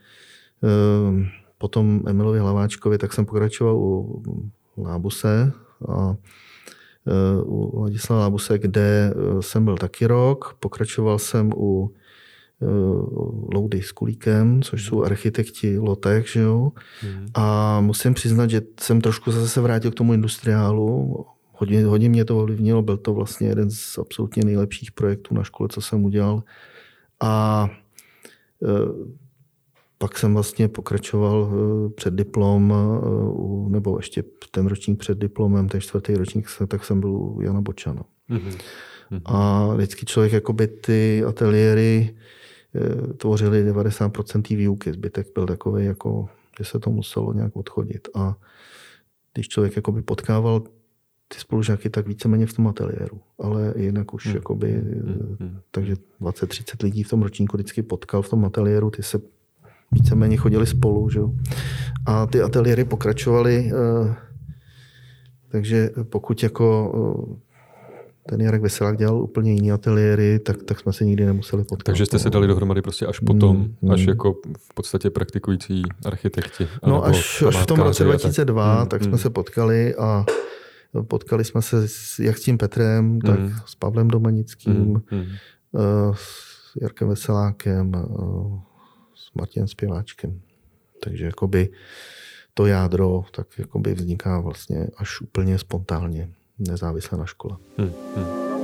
potom Emilovi Hlaváčkovi, tak jsem pokračoval u Lábuse a u Ladislava Lábuse, kde jsem byl taky rok. Pokračoval jsem u Loudy s Kulíkem, což jsou architekti Lotek, že jo. Mm. A musím přiznat, že jsem trošku zase se vrátil k tomu industriálu. Hodně, hodně mě to ovlivnilo, byl to vlastně jeden z absolutně nejlepších projektů na škole, co jsem udělal. A e, pak jsem vlastně pokračoval e, před diplom, e, nebo ještě ten ročník před diplomem, ten čtvrtý ročník, tak jsem byl u Jana Bočana. Mm. A vždycky člověk jakoby ty ateliéry tvořili devadesát procent výuky. Zbytek byl takový, jako, že se to muselo nějak odchodit. A když člověk jakoby potkával ty spolužáky, tak víceméně v tom ateliéru. Ale jinak už hmm. jakoby, hmm. takže dvacet třicet lidí v tom ročníku vždycky potkal v tom ateliéru. Ty se víceméně chodili spolu. Že? A ty ateliéry pokračovaly. Takže pokud jako ten Jarek Veselák dělal úplně jiný ateliéry, tak, tak jsme se nikdy nemuseli potkat. Takže jste se dali dohromady prostě až potom, mm, až mm. jako v podstatě praktikující architekti. No až, až v tom roce dva tisíce dva, tak, tak jsme mm. se potkali a potkali jsme se s, jak s tím Petrem, tak mm. s Pavlem Domanickým, mm. s Jarkem Veselákem, s Martinem Zpěváčkem. Takže jakoby to jádro tak jakoby vzniká vlastně až úplně spontánně. Nezávisle na škole. Hmm, hmm.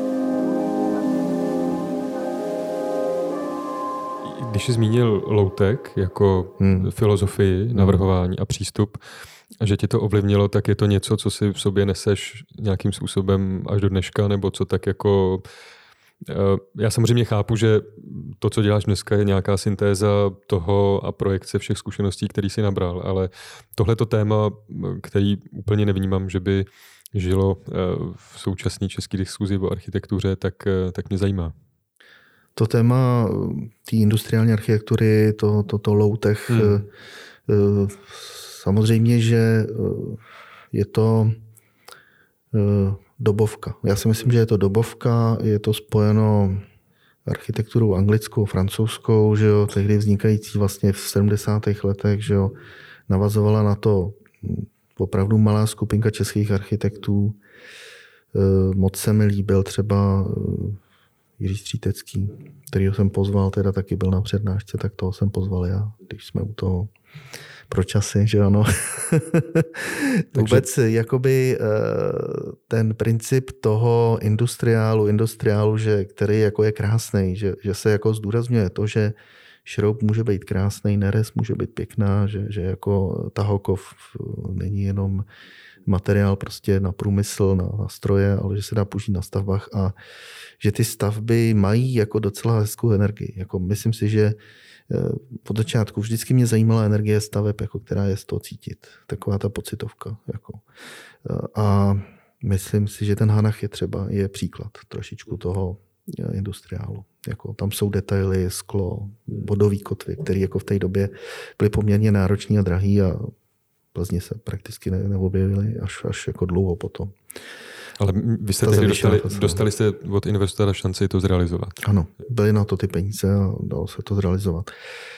Když jsi zmínil low-tech jako hmm. filozofii, navrhování a přístup, a že ti to ovlivnilo, tak je to něco, co si v sobě neseš nějakým způsobem až do dneška, nebo co tak jako... Já samozřejmě chápu, že to, co děláš dneska, je nějaká syntéza toho a projekce všech zkušeností, který jsi nabral, ale tohleto téma, který úplně nevnímám, že by žilo v současné české diskuzi o architektuře, tak, tak mě zajímá. To téma té industriální architektury, to, to, to low-tech, hmm. samozřejmě, že je to dobovka. Já si myslím, že je to dobovka, je to spojeno architekturou anglickou, francouzskou, že jo, tehdy vznikající vlastně v sedmdesátých letech, že jo, navazovala na to opravdu malá skupinka českých architektů. Moc se mi líbil třeba Jiří Střítecký, kterýho jsem pozval, teda taky byl na přednášce, tak toho jsem pozval já, když jsme u toho pro časy, že ano. Vůbec jakoby ten princip toho industriálu, industriálu, že, který jako je krásný, že, že se jako zdůrazňuje to, že šroub může být krásný, nerez může být pěkná, že, že jako tahokov není jenom materiál prostě na průmysl, na, na stroje, ale že se dá použít na stavbách a že ty stavby mají jako docela hezkou energii. Jako myslím si, že od začátku vždycky mě zajímala energie staveb, jako která je z toho cítit. Taková ta pocitovka. Jako. A myslím si, že ten Hanach je třeba je příklad trošičku toho industriálu. Jako, tam jsou detaily, sklo, bodový kotvy, které jako v té době byly poměrně náročný a drahý a Plzni se prakticky ne, neobjevily až, až jako dlouho potom. Ale vy jste tehdy dostali, dostali jste od investora šanci to zrealizovat. Ano, byly na to ty peníze a dalo se to zrealizovat.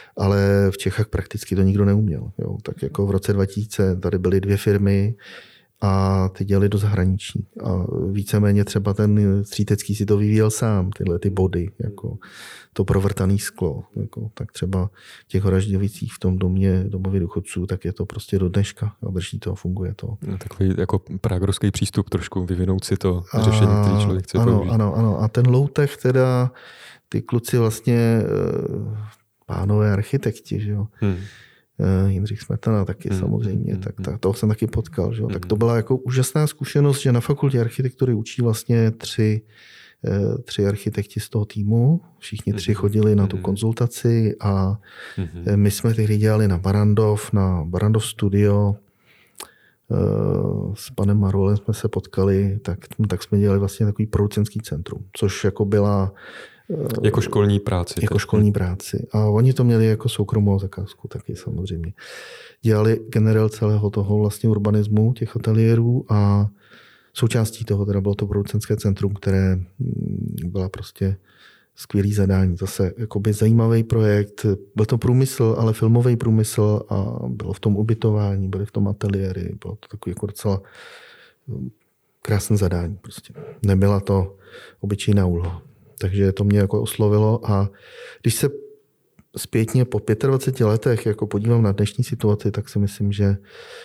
Ale v Čechách prakticky to nikdo neuměl. Jo. Tak jako v roce dva tisíce tady byly dvě firmy a ty dělali do zahraničí. A víceméně třeba ten Střítecký si to vyvíjel sám, tyhle ty body, jako to provrtané sklo. Jako, tak třeba v těch Horažďovicích v tom domě domově důchodců, tak je to prostě do dneška a drží to, funguje to. Takový jako prágorovský přístup trošku, vyvinout si to řešení, který člověk chce ano, použít. Ano, ano. A ten low-tech teda, ty kluci vlastně pánové architekti, že jo. Hmm. Jindřich Smetana taky hmm. samozřejmě, hmm. tak, tak toho jsem taky potkal. Že jo? Hmm. Tak to byla jako úžasná zkušenost, že na fakultě architektury učí vlastně tři, tři architekti z toho týmu. Všichni tři chodili na tu konzultaci a hmm. my jsme tehdy dělali na Barrandov, na Barrandov Studio. S panem Marolem jsme se potkali, tak, tak jsme dělali vlastně takový producentský centrum, což jako byla Jako školní práci. Jako tak. školní práci. A oni to měli jako soukromou zakázku taky samozřejmě. Dělali generál celého toho vlastně urbanismu, těch ateliérů a součástí toho teda bylo to producentské centrum, které byla prostě skvělý zadání. Zase jakoby zajímavý projekt. Byl to průmysl, ale filmový průmysl a bylo v tom ubytování, byly v tom ateliéry. Bylo to takový jako docela krásné zadání. Prostě. Nebyla to obyčejná úloha. Takže to mě jako oslovilo a když se zpětně po dvaceti pěti letech jako podívám na dnešní situaci, tak si myslím, že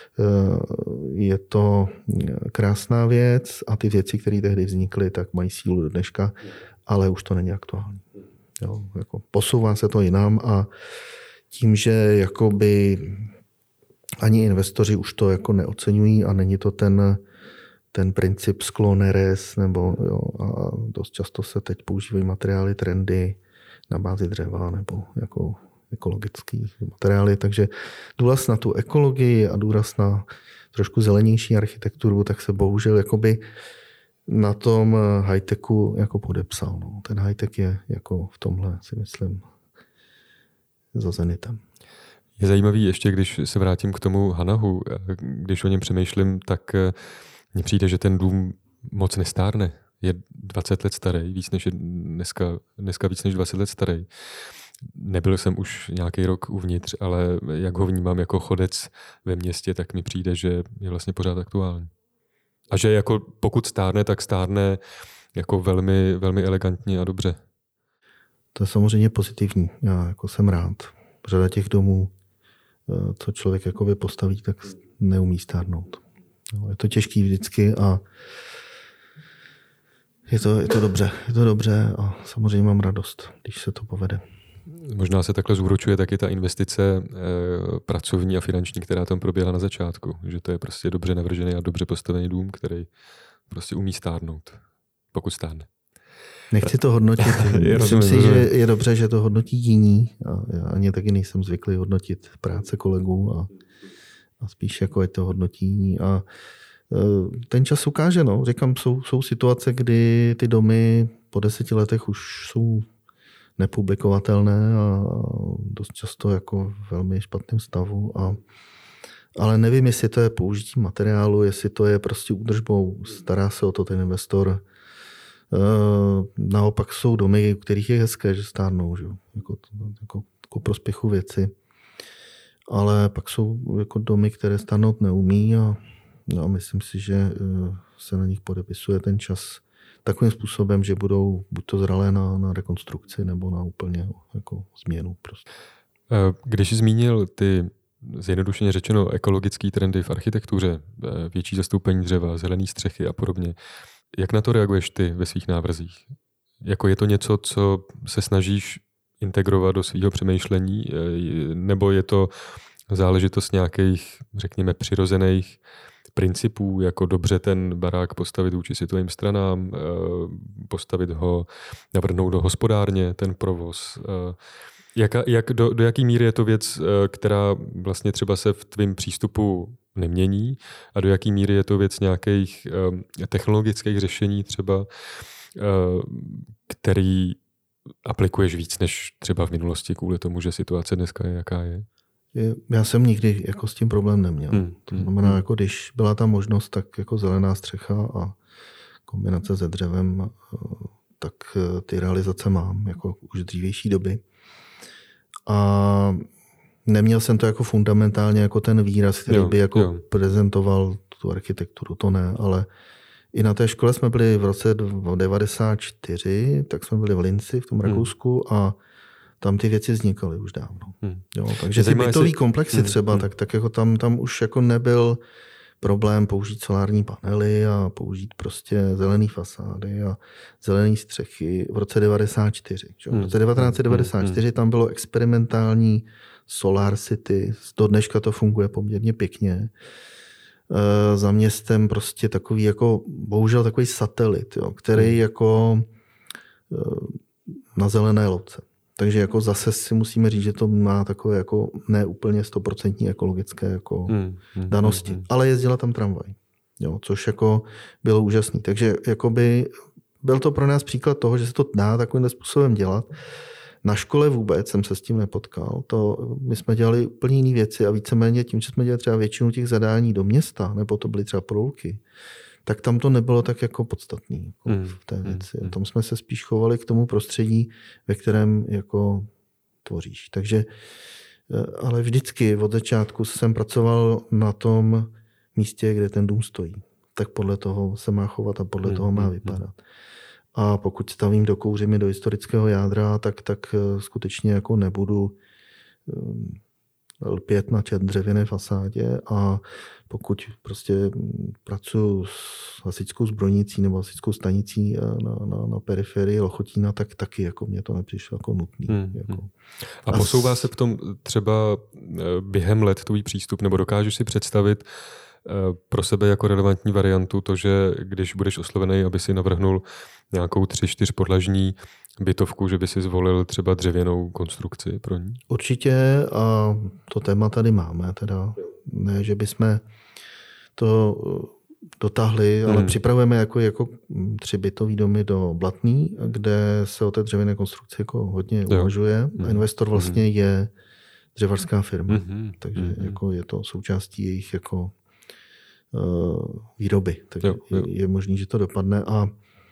je to krásná věc a ty věci, které tehdy vznikly, tak mají sílu do dneška, ale už to není aktuální. Jo, jako posouvá se to jinam a tím, že jakoby ani investoři už to jako neoceňují a není to ten ten princip sklo neres, nebo jo, a dost často se teď používají materiály, trendy na bázi dřeva nebo jako ekologický materiály, takže důraz na tu ekologii a důraz na trošku zelenější architekturu, tak se bohužel jakoby na tom high-techu jako podepsal. No. Ten high-tech je jako v tomhle, si myslím, za zenitem. Je zajímavý ještě, když se vrátím k tomu Hanahu, když o něm přemýšlím, tak mně přijde, že ten dům moc nestárne. Je dvacet let starý, víc než je dneska, dneska víc než dvacet let starý. Nebyl jsem už nějaký rok uvnitř, ale jak ho vnímám jako chodec ve městě, tak mi přijde, že je vlastně pořád aktuální. A že jako pokud stárne, tak stárne jako velmi, velmi elegantně a dobře. To je samozřejmě pozitivní. Já jako jsem rád. Řada těch domů, co člověk jakoby postaví, tak neumí stárnout. Je to těžký vždycky a je to, je to dobře. Je to dobře a samozřejmě mám radost, když se to povede. Možná se takhle zúročuje taky ta investice eh, pracovní a finanční, která tam proběhla na začátku. Že to je prostě dobře navržený a dobře postavený dům, který prostě umí stárnout, pokud stárne. Nechci to hodnotit. Myslím rozumím, si, rozumím. že je dobře, že to hodnotí jiní. A já ani taky nejsem zvyklý hodnotit práce kolegů a, a spíš jako je to hodnotí jiní. A ten čas ukáže. No. Říkám, jsou, jsou situace, kdy ty domy po deseti letech už jsou nepublikovatelné a dost často jako v velmi špatném stavu. A, ale nevím, jestli to je použití materiálu, jestli to je prostě údržbou. Stará se o to ten investor. Naopak jsou domy, u kterých je hezké, že stárnou, že? Jako, jako, jako prospěchu věci. Ale pak jsou jako domy, které stárnout neumí a, no, a myslím si, že se na nich podepisuje ten čas takovým způsobem, že budou buď to zralé na, na rekonstrukci nebo na úplně jako změnu. Prostě. Když jsi zmínil ty zjednodušeně řečeno ekologické trendy v architektuře, větší zastoupení dřeva, zelené střechy a podobně, jak na to reaguješ ty ve svých návrzích? Jako je to něco, co se snažíš integrovat do svého přemýšlení, nebo je to záležitost nějakých, řekněme, přirozených principů, jako dobře ten barák postavit vůči světovým stranám, postavit ho, navrhnout ho hospodárně, ten provoz. Jak, jak, do, do jaký míry je to věc, která vlastně třeba se v tvém přístupu nemění a do jaký míry je to věc nějakých technologických řešení třeba, který aplikuješ víc než třeba v minulosti kvůli tomu, že situace dneska je jaká je? Já jsem nikdy jako s tím problém neměl. Hmm. To znamená, hmm. jako když byla ta možnost, tak jako zelená střecha a kombinace se dřevem, tak ty realizace mám jako už z dřívější doby. A neměl jsem to jako fundamentálně jako ten výraz, který jo, by jako jo. prezentoval tu architekturu, to ne, ale i na té škole jsme byli v roce devadesát čtyři, tak jsme byli v Linci v tom Rakousku hmm. a tam ty věci vznikaly už dávno. Hmm. Jo, takže ty bytový si... komplexy hmm. třeba, hmm. tak, tak jako tam, tam už jako nebyl problém použít solární panely a použít prostě zelený fasády a zelený střechy v roce devadesát čtyři. Hmm. V roce devatenáct set devadesát čtyři hmm. tam bylo experimentální Solar City, do dneška to funguje poměrně pěkně. E, za městem prostě takový jako, bohužel takový satelit, jo, který hmm. jako e, na zelené louce. Takže jako zase si musíme říct, že to má takové jako neúplně stoprocentní ekologické jako hmm, hmm, danosti. Hmm, hmm. Ale jezdila tam tramvaj, jo, což jako bylo úžasný. Takže jakoby byl to pro nás příklad toho, že se to dá takovým způsobem dělat. Na škole vůbec jsem se s tím nepotkal. To, my jsme dělali úplně jiné věci a víceméně tím, že jsme dělali třeba většinu těch zadání do města, nebo to byly třeba prolky, tak tam to nebylo tak jako podstatný jako hmm. v té věci. Hmm. Tam jsme se spíš chovali k tomu prostředí, ve kterém jako tvoříš. Takže, ale vždycky od začátku jsem pracoval na tom místě, kde ten dům stojí. Tak podle toho se má chovat a podle hmm. toho má vypadat. A pokud stavím do kouřimy do historického jádra, tak, tak skutečně jako nebudu lpět na dřevěné fasádě a pokud prostě pracuji s hasičskou zbrojnicí nebo hasičskou stanicí na, na, na periferii Lochotína, tak taky jako mě to nepřišlo jako nutný. Hmm. Jako. A posouvá se v tom třeba během let tvůj přístup, nebo dokážeš si představit pro sebe jako relevantní variantu to, že když budeš oslovený, aby si navrhnul nějakou tři, čtyř podlažní bytovku, že by si zvolil třeba dřevěnou konstrukci pro ní? Určitě a to téma tady máme. Teda ne, že bychom to dotáhli, ale hmm. připravujeme jako, jako tři bytový domy do Blatný, kde se o té dřevěné konstrukci jako hodně uvažuje. Hmm. A investor vlastně hmm. je dřevařská firma. Hmm. Takže hmm. jako je to součástí jejich jako uh, výroby. Takže jo, jo. je, je možný, že to dopadne. A,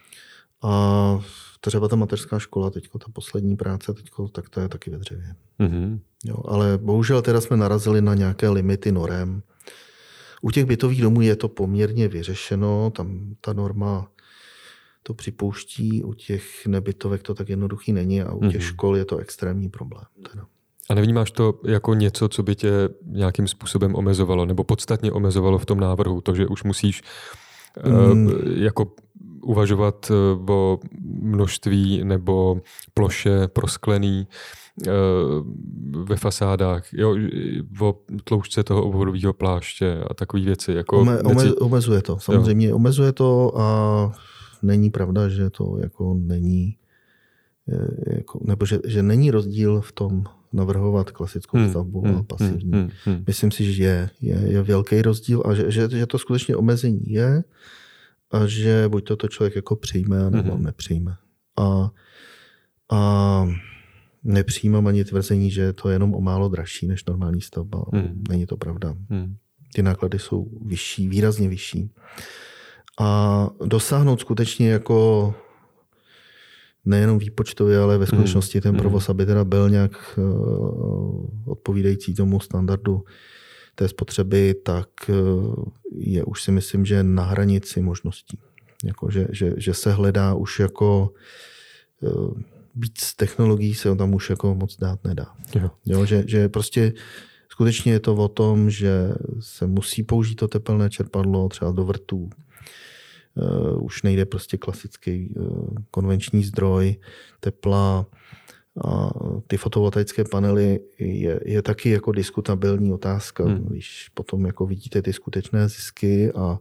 a třeba ta mateřská škola, teďko ta poslední práce, teďko, tak to je taky ve dřevě. Mm-hmm. Jo, ale bohužel teda jsme narazili na nějaké limity norem. U těch bytových domů je to poměrně vyřešeno, tam ta norma to připouští, u těch nebytovek to tak jednoduchý není a u těch mm-hmm. škol je to extrémní problém. Teda. A nevnímáš to jako něco, co by tě nějakým způsobem omezovalo, nebo podstatně omezovalo v tom návrhu, to, že už musíš mm. uh, jako uvažovat o množství nebo ploše prosklený ve fasádách, jo, o tloušťce toho obvodového pláště a takové věci. Jako Ome, ome, omezuje to, samozřejmě jo. omezuje to a není pravda, že to jako není jako, nebo že, že není rozdíl v tom navrhovat klasickou hmm, stavbu hmm, a pasivní. Hmm, hmm, Myslím si, že je, je, je velký rozdíl a že, že, že to skutečně omezení je a že buď to, to člověk jako přijme, nebo mm-hmm. nepřijme. A, a nepřijímám ani tvrzení, že to je jenom o málo dražší než normální stavba. Mm. Není to pravda. Mm. Ty náklady jsou vyšší, výrazně vyšší. A dosáhnout skutečně jako nejenom výpočtově, ale ve skutečnosti ten provoz, aby teda byl nějak uh, odpovídající tomu standardu té spotřeby, tak je už si myslím, že na hranici možností. Jako, že, že, že se hledá už jako víc technologií se tam už jako moc dát nedá. Jo. Jo, že, že prostě skutečně je to o tom, že se musí použít to tepelné čerpadlo třeba do vrtů. Uh, už nejde prostě klasický uh, konvenční zdroj tepla. A ty fotovoltaické panely je, je taky jako diskutabilní otázka, hmm. když potom jako vidíte ty skutečné zisky a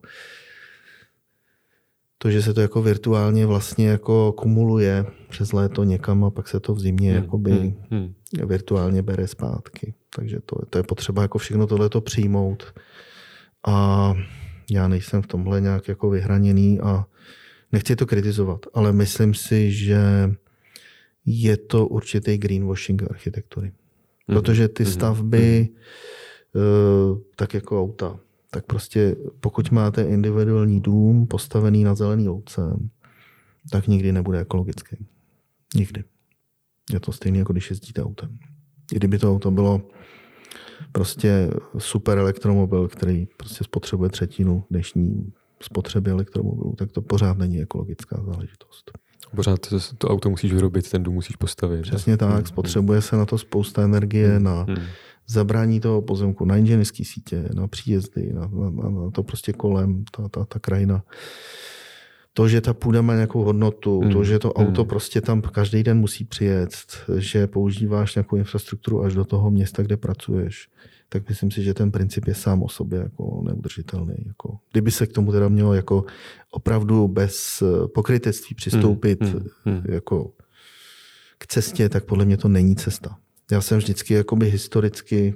to, že se to jako virtuálně vlastně jako kumuluje přes léto někam a pak se to v zimě hmm. jakoby hmm. Hmm. virtuálně bere zpátky. Takže to, to je potřeba jako všechno tohleto přijmout. A já nejsem v tomhle nějak jako vyhraněný a nechci to kritizovat, ale myslím si, že je to určitý greenwashing architektury. Protože ty stavby, mm-hmm. tak jako auta, tak prostě pokud máte individuální dům postavený na zelený louce, tak nikdy nebude ekologický. Nikdy. Je to stejné, jako když jezdíte autem. I kdyby to auto bylo prostě super elektromobil, který prostě spotřebuje třetinu dnešní spotřeby elektromobilů, tak to pořád není ekologická záležitost. Pořád to auto musíš vyrobit, ten dům musíš postavit. Přesně tak, hmm. spotřebuje se na to spousta energie, hmm. na hmm. zabrání toho pozemku, na inženýrské sítě, na příjezdy, na, na, na to prostě kolem, ta, ta, ta krajina. To, že ta půda má nějakou hodnotu, hmm. to, že to auto hmm. prostě tam každý den musí přijet, že používáš nějakou infrastrukturu až do toho města, kde pracuješ, tak myslím si, že ten princip je sám o sobě jako neudržitelný. Jako, kdyby se k tomu teda mělo jako opravdu bez pokrytectví přistoupit hmm. Hmm. jako k cestě, tak podle mě to není cesta. Já jsem vždycky jakoby historicky,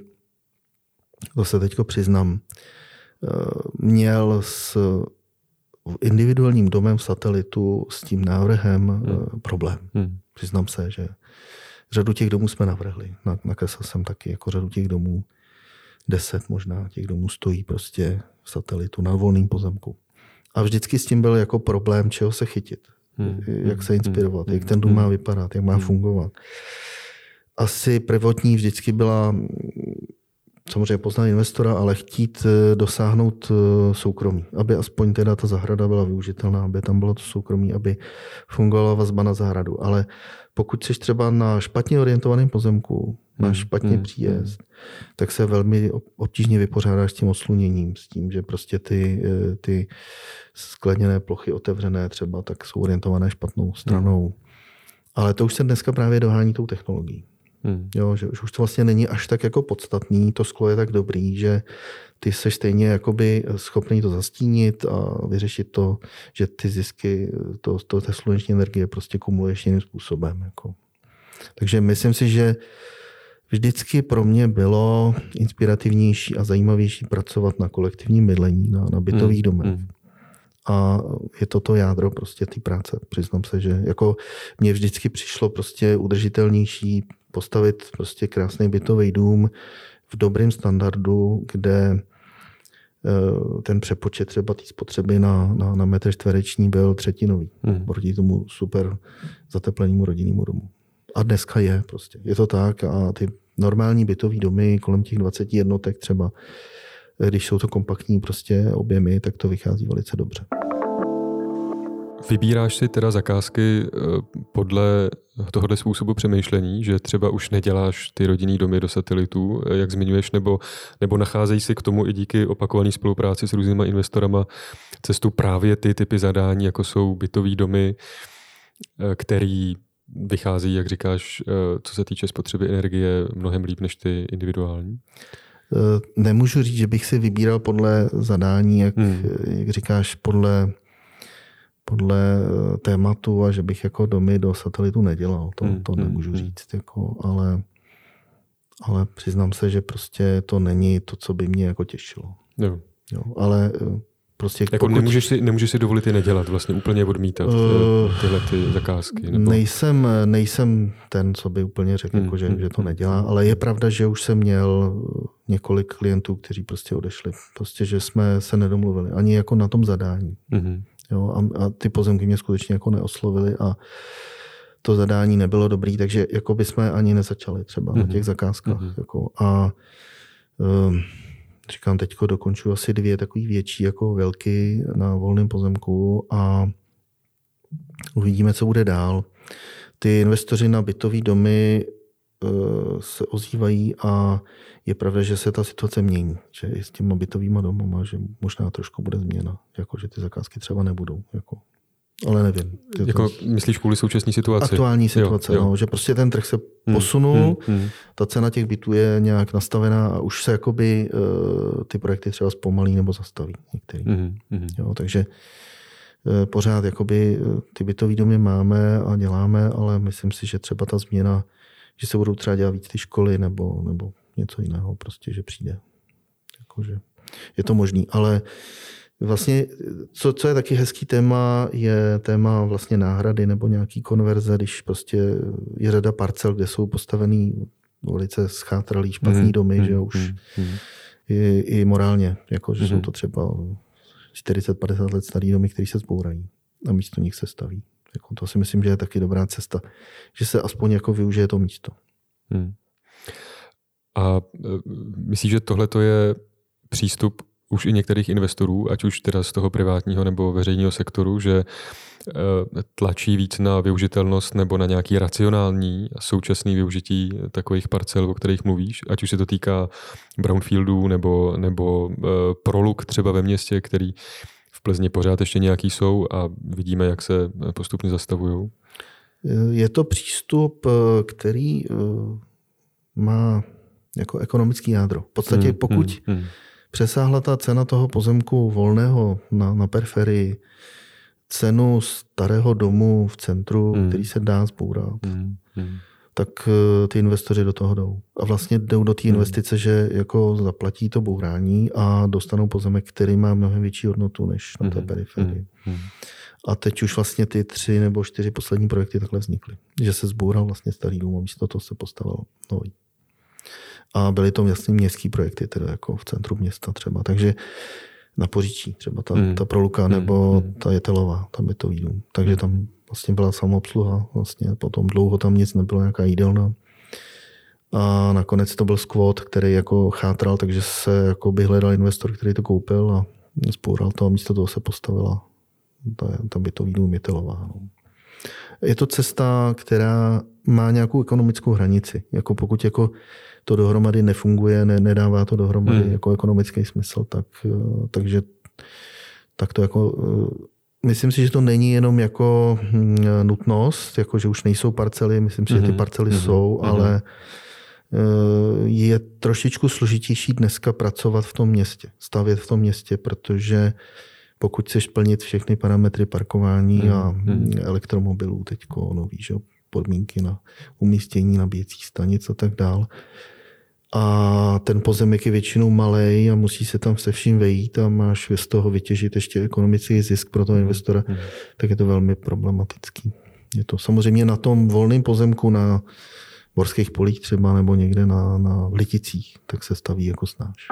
to se teďko přiznám, měl s individuálním domem v satelitu s tím návrhem hmm. problém. Hmm. Přiznám se, že řadu těch domů jsme navrhli. Nakreslil jsem taky jako řadu těch domů, deset možná těch domů stojí prostě v satelitu na volném pozemku. A vždycky s tím byl jako problém, čeho se chytit. Hmm. Jak se inspirovat, hmm. jak ten dům má vypadat, jak má hmm. fungovat. Asi prvotní vždycky byla samozřejmě poznat investora, ale chtít dosáhnout soukromí. Aby aspoň teda ta zahrada byla využitelná, aby tam bylo to soukromí, aby fungovala vazba na zahradu. Ale pokud jsi třeba na špatně orientovaném pozemku, máš špatně hmm. příjezd, tak se velmi obtížně vypořádáš s tím osluněním, s tím, že prostě ty, ty skleněné plochy otevřené třeba tak jsou orientované špatnou stranou. Hmm. Ale to už se dneska právě dohání tou technologií. Hmm. Jo, že už to vlastně není až tak jako podstatný, to sklo je tak dobrý, že ty jsi stejně jakoby schopný to zastínit a vyřešit to, že ty zisky to, to, té sluneční energie prostě kumuluješ jiným způsobem. Jako. Takže myslím si, že vždycky pro mě bylo inspirativnější a zajímavější pracovat na kolektivním bydlení, na, na bytových hmm. domech. Hmm. A je to to jádro prostě té práce. Přiznám se, že jako mně vždycky přišlo prostě udržitelnější postavit prostě krásný bytový dům v dobrém standardu, kde ten přepočet třeba té spotřeby na, na, na metr čtvereční byl třetinový. Hmm. Proti tomu super zateplenému rodinnému domu. A dneska je prostě. Je to tak a ty normální bytový domy kolem těch dvacet jednotek třeba, když jsou to kompaktní prostě objemy, tak to vychází velice dobře. Vybíráš si teda zakázky podle tohoto způsobu přemýšlení, že třeba už neděláš ty rodinný domy do satelitů, jak zmiňuješ, nebo, nebo nacházejí si k tomu i díky opakované spolupráci s různýma investorama cestu právě ty typy zadání, jako jsou bytový domy, který vychází, jak říkáš, co se týče spotřeby energie, mnohem líp než ty individuální? Nemůžu říct, že bych si vybíral podle zadání, jak, hmm. jak říkáš, podle, podle tématu a že bych jako domy do satelitu nedělal. To, hmm. to nemůžu hmm. říct. Jako, ale, ale přiznám se, že prostě to není to, co by mě jako těšilo. Jo. Jo, ale prostě jako pokud... nemůžeš, si, nemůžeš si dovolit je nedělat, vlastně úplně odmítat uh, tyhle ty zakázky. Nebo... Nejsem, nejsem ten, co by úplně řekl, hmm, jako, že, hmm, že to nedělá, ale je pravda, že už jsem měl několik klientů, kteří prostě odešli. Prostě, že jsme se nedomluvili ani jako na tom zadání. Hmm. Jo, a, a ty pozemky mě skutečně jako neoslovili a to zadání nebylo dobrý, takže jako by jsme ani nezačali třeba hmm. na těch zakázkách. Hmm. Jako, a um, říkám, teďko dokončuji asi dvě takový větší jako velký na volném pozemku a uvidíme, co bude dál. Ty investoři na bytový domy uh, se ozývají a je pravda, že se ta situace mění. Že i s těma bytovýma domama, že možná trošku bude změna. Jako, že ty zakázky třeba nebudou. Jako. Ale nevím. Jako to... myslíš kvůli současné situaci? Aktuální situace, jo, jo. No, že prostě ten trh se posunul, hmm, hmm. ta cena těch bytů je nějak nastavená a už se jakoby uh, ty projekty třeba zpomalí nebo zastaví některý. Hmm, hmm. Jo, takže uh, pořád jakoby uh, ty bytový domy máme a děláme, ale myslím si, že třeba ta změna, že se budou třeba dělat víc ty školy nebo, nebo něco jiného, prostě, že přijde. Jakože je to možný, ale vlastně, co, co je taky hezký téma, je téma vlastně náhrady nebo nějaký konverze, když prostě je řada parcel, kde jsou postavený velice schátralý špatný mm, domy, mm, že už mm, i, i morálně, jako, že mm. jsou to třeba čtyřicet padesát let starý domy, které se zbourají a místo nich se staví. Jako, to si myslím, že je taky dobrá cesta, že se aspoň jako využije to místo. Mm. A myslíš, že tohle to je přístup už i některých investorů, ať už teda z toho privátního nebo veřejného sektoru, že tlačí víc na využitelnost nebo na nějaký racionální a současný využití takových parcel, o kterých mluvíš, ať už se to týká brownfieldů nebo, nebo proluk třeba ve městě, který v Plzni pořád ještě nějaký jsou a vidíme, jak se postupně zastavují? Je to přístup, který má jako ekonomický jádro. V podstatě hmm, pokud hmm, hmm. přesáhla ta cena toho pozemku volného na, na periferii cenu starého domu v centru, hmm. který se dá zbourat, hmm. Hmm. tak ty investoři do toho jdou. A vlastně jdou do té investice, hmm. že jako zaplatí to bourání a dostanou pozemek, který má mnohem větší hodnotu než na té periferii. Hmm. A teď už vlastně ty tři nebo čtyři poslední projekty takhle vznikly. Že se zboural vlastně starý dům a místo toho se postavil nový. A byly to vlastně městský projekty, teda jako v centru města třeba. Takže na Poříčí třeba ta, mm. ta Proluka nebo mm. ta Jetelová, tam je to dům. Takže tam vlastně byla samoobsluha. Vlastně potom dlouho tam nic nebylo, nějaká jídelna. A nakonec to byl squat, který jako chátral, takže se jako by hledal investor, který to koupil a zboural to a místo toho se postavila ta, ta bytový dům Jetelová. No. Je to cesta, která má nějakou ekonomickou hranici. Jako pokud jako to dohromady nefunguje, ne, nedává to dohromady hmm. jako ekonomický smysl, tak, takže tak to jako myslím si, že to není jenom jako nutnost, jako že už nejsou parcely, myslím si, hmm. že ty parcely hmm. jsou, hmm. ale je trošičku složitější dneska pracovat v tom městě, stavět v tom městě, protože pokud chceš plnit všechny parametry parkování hmm. a elektromobilů teďko nový, že podmínky na umístění nabíjecích stanic a tak dál. A ten pozemek je většinou malej a musí se tam se vším vejít a máš z toho vytěžit ještě ekonomický zisk pro toho investora, hmm. tak je to velmi problematický. Je to samozřejmě na tom volném pozemku na Borských polích třeba nebo někde na, na Liticích, tak se staví jako snáš.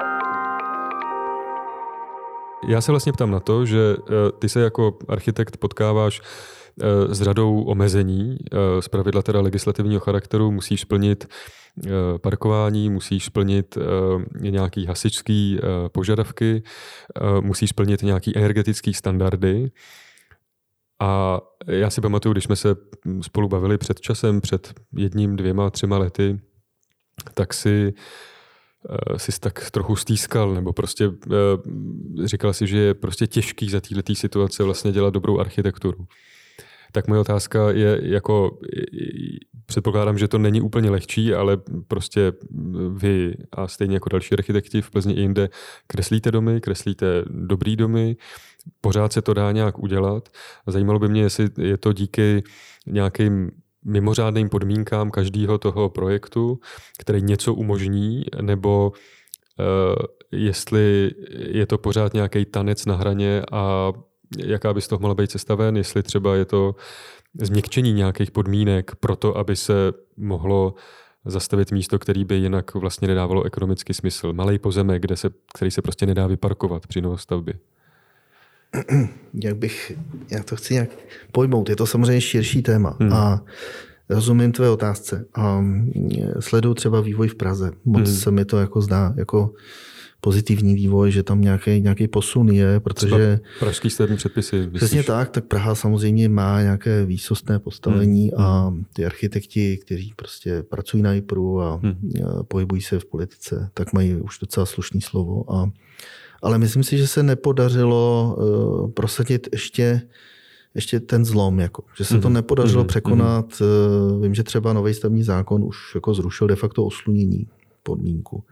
Já se vlastně ptám na to, že ty se jako architekt potkáváš s řadou omezení, zpravidla teda legislativního charakteru, musíš splnit parkování, musíš splnit nějaký hasičský požadavky, musíš splnit nějaký energetický standardy. A já si pamatuju, když jsme se spolu bavili před časem, před jedním, dvěma, třema lety, tak si si tak trochu stýskal, nebo prostě říkal si, že je prostě těžký za této situace vlastně dělat dobrou architekturu. Tak moje otázka je, jako předpokládám, že to není úplně lehčí, ale prostě vy a stejně jako další architekti v Plzni i jinde kreslíte domy, kreslíte dobrý domy, pořád se to dá nějak udělat. Zajímalo by mě, jestli je to díky nějakým mimořádným podmínkám každého toho projektu, který něco umožní, nebo uh, jestli je to pořád nějaký tanec na hraně a jaká by z toho mohla být cesta ven, jestli třeba je to změkčení nějakých podmínek pro to, aby se mohlo zastavit místo, který by jinak vlastně nedávalo ekonomický smysl. Malej pozemek, kde se, který se prostě nedá vyparkovat při novostavbě. Jak bych, já to chci nějak pojmout, je to samozřejmě širší téma hmm. a rozumím tvé otázce. A sleduju třeba vývoj v Praze. Moc hmm. se mi to jako zdá jako pozitivní vývoj, že tam nějaký, nějaký posun je, protože... Třeba pražský stavební předpisy. Přesně tak, tak Praha samozřejmě má nějaké výsostné postavení hmm. a ty architekti, kteří prostě pracují na I P R U a hmm. pohybují se v politice, tak mají už docela slušný slovo. A, ale myslím si, že se nepodařilo uh, prosadit ještě ještě ten zlom, jako, že se to nepodařilo mm-hmm. překonat. Mm-hmm. Vím, že třeba nový stavební zákon už jako zrušil de facto oslunění podmínku.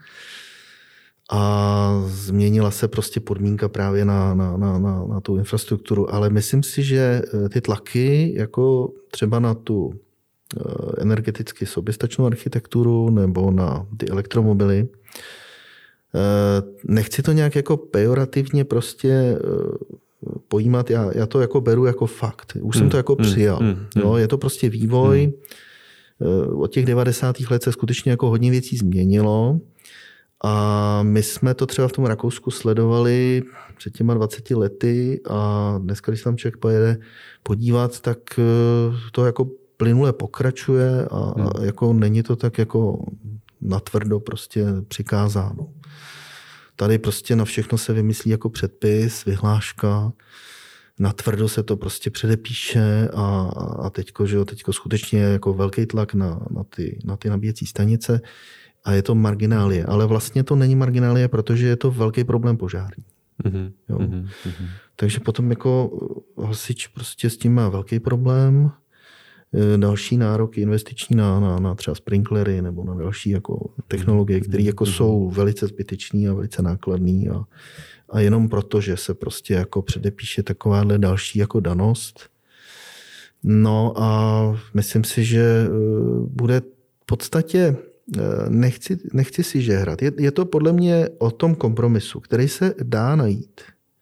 A změnila se prostě podmínka právě na, na, na, na, na tu infrastrukturu. Ale myslím si, že ty tlaky, jako třeba na tu energeticky soběstačnou architekturu nebo na ty elektromobily, nechci to nějak jako pejorativně prostě pojímat, já, já to jako beru jako fakt. Už jsem to jako přijal. Mm, mm, jo, je to prostě vývoj. Mm. Od těch devadesátých let se skutečně jako hodně věcí změnilo a my jsme to třeba v tom Rakousku sledovali před těma dvaceti lety a dneska, když tam člověk pojede podívat, tak to jako plynule pokračuje a, mm. a jako není to tak jako natvrdo prostě přikázáno. Tady prostě na všechno se vymyslí jako předpis, vyhláška, natvrdo se to prostě předepíše a, a teďko, že jo, teďko skutečně je jako velký tlak na, na, ty, na ty nabíjecí stanice a je to marginálie. Ale vlastně to není marginálie, protože je to velký problém požární. Mm-hmm. Jo. Mm-hmm. Takže potom jako hasič prostě s tím má velký problém. Další nároky investiční na, na, na třeba sprinklery nebo na další jako technologie, které jako jsou velice zbytečný a velice nákladný a, a jenom proto, že se prostě jako předepíše takováhle další jako danost. No a myslím si, že bude v podstatě, nechci, nechci si žehrat. Je, je to podle mě o tom kompromisu, který se dá najít.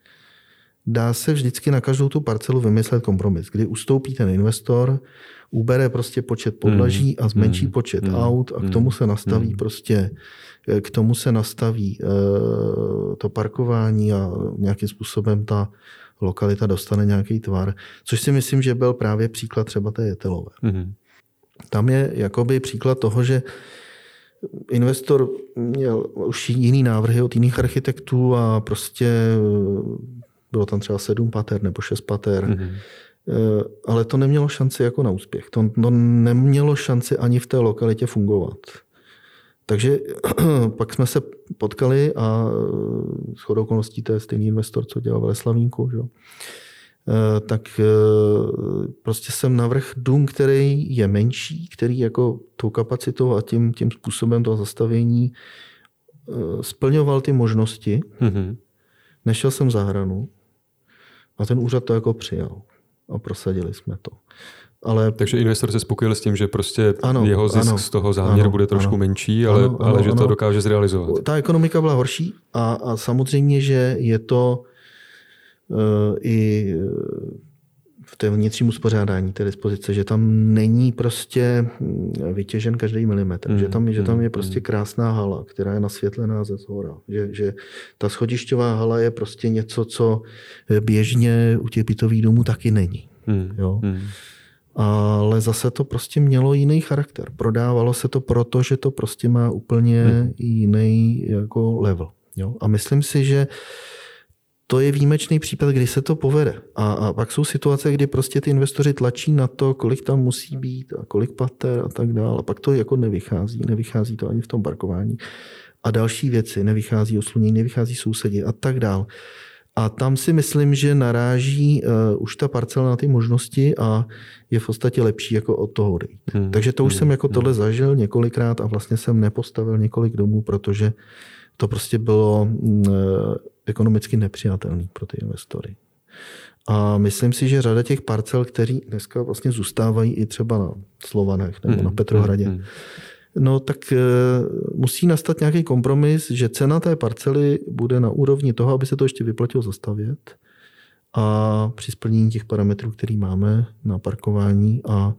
Dá se vždycky na každou tu parcelu vymyslet kompromis, kdy ustoupí ten investor, ubere prostě počet podlaží a zmenší mm, počet mm, aut a k tomu se nastaví mm. prostě, k tomu se nastaví uh, to parkování a nějakým způsobem ta lokalita dostane nějaký tvar. Což si myslím, že byl právě příklad třeba té Jetelové. Mm. Tam je jakoby příklad toho, že investor měl už jiný návrhy od jiných architektů a prostě bylo tam třeba sedm pater nebo šest pater, mm-hmm. ale to nemělo šanci jako na úspěch. To, to nemělo šanci ani v té lokalitě fungovat. Takže pak jsme se potkali a shodou okolností to je stejný investor, co dělal ve Slavínku, že? Tak prostě jsem navrhl dům, který je menší, který jako tou kapacitou a tím, tím způsobem toho zastavění splňoval ty možnosti. Mm-hmm. Nešel jsem za hranu a ten úřad to jako přijal a prosadili jsme to. Ale... Takže investor se spokojil s tím, že prostě ano, jeho zisk ano, z toho záměru ano, bude trošku ano, menší, ale, ano, ale ano, že to ano. dokáže zrealizovat. Ta ekonomika byla horší a, a samozřejmě, že je to uh, i v té vnitřním uspořádání té dispozice, že tam není prostě vytěžen každý milimetr, mm, že, tam, že tam je prostě krásná hala, která je nasvětlená ze shora. Že, že ta schodišťová hala je prostě něco, co běžně u těch bytových domů taky není. Mm, jo? Mm. Ale zase to prostě mělo jiný charakter. Prodávalo se to proto, že to prostě má úplně mm. jiný jako level. Jo? A myslím si, že to je výjimečný případ, kdy se to povede. A, a pak jsou situace, kdy prostě ty investoři tlačí na to, kolik tam musí být a kolik pater a tak dále. A pak to jako nevychází. Nevychází to ani v tom parkování. A další věci. Nevychází oslunění, nevychází sousedi a tak dále. A tam si myslím, že naráží uh, už ta parcela na ty možnosti a je v podstatě lepší jako od toho odejít. Hmm. Takže to už hmm. jsem jako tohle zažil několikrát a vlastně jsem nepostavil několik domů, protože to prostě bylo uh, ekonomicky nepřijatelný pro ty investory. A myslím si, že řada těch parcel, které dneska vlastně zůstávají i třeba na Slovanech nebo hmm. na Petrohradě, hmm. no tak uh, musí nastat nějaký kompromis, že cena té parcely bude na úrovni toho, aby se to ještě vyplatilo zastavět a při splnění těch parametrů, který máme na parkování a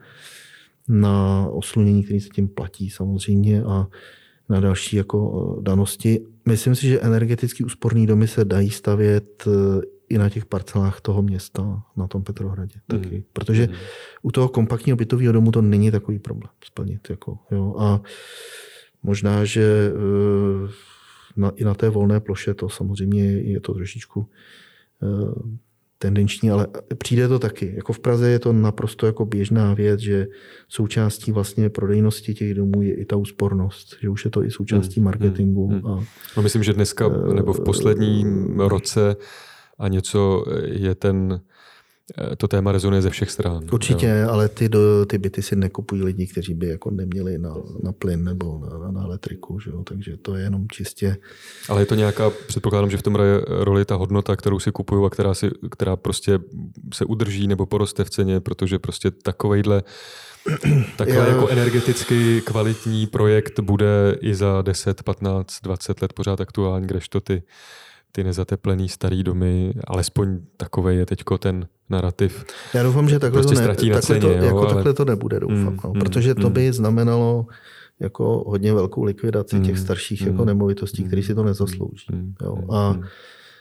na oslunění, který se tím platí samozřejmě a na další jako danosti. Myslím si, že energeticky úsporný domy se dají stavět i na těch parcelách toho města, na tom Petrohradě taky. Mm. Protože mm. u toho kompaktního bytového domu to není takový problém splnit. Jako, jo. A možná, že na, i na té volné ploše to samozřejmě je to trošičku uh, tendenční, ale přijde to taky. Jako v Praze je to naprosto jako běžná věc, že součástí vlastně prodejnosti těch domů je i ta úspornost, že už je to i součástí mm. marketingu. Mm. A, no myslím, že dneska uh, nebo v posledním roce a něco je ten, to téma rezonuje ze všech stran. Určitě, jo. Ale ty, do, ty byty si nekupují lidi, kteří by jako neměli na, na plyn nebo na, na elektriku, že jo? Takže to je jenom čistě... Ale je to nějaká, předpokládám, že v tom roli ta hodnota, kterou si kupují a která, si, která prostě se udrží nebo poroste v ceně, protože prostě takovejhle takhle Já... jako energeticky kvalitní projekt bude i za deset, patnáct, dvacet let pořád aktuální, kdežto ty ty nezateplený starý domy, alespoň takovej je teďko ten narrativ. Já doufám, že takhle, prostě to, ne, takhle, ceně, to, jo, jako ale... takhle to nebude, doufám. Mm, no, protože to by znamenalo jako hodně velkou likvidaci mm, těch starších mm, jako nemovitostí, mm, které si to nezaslouží. Mm, jo. A mm.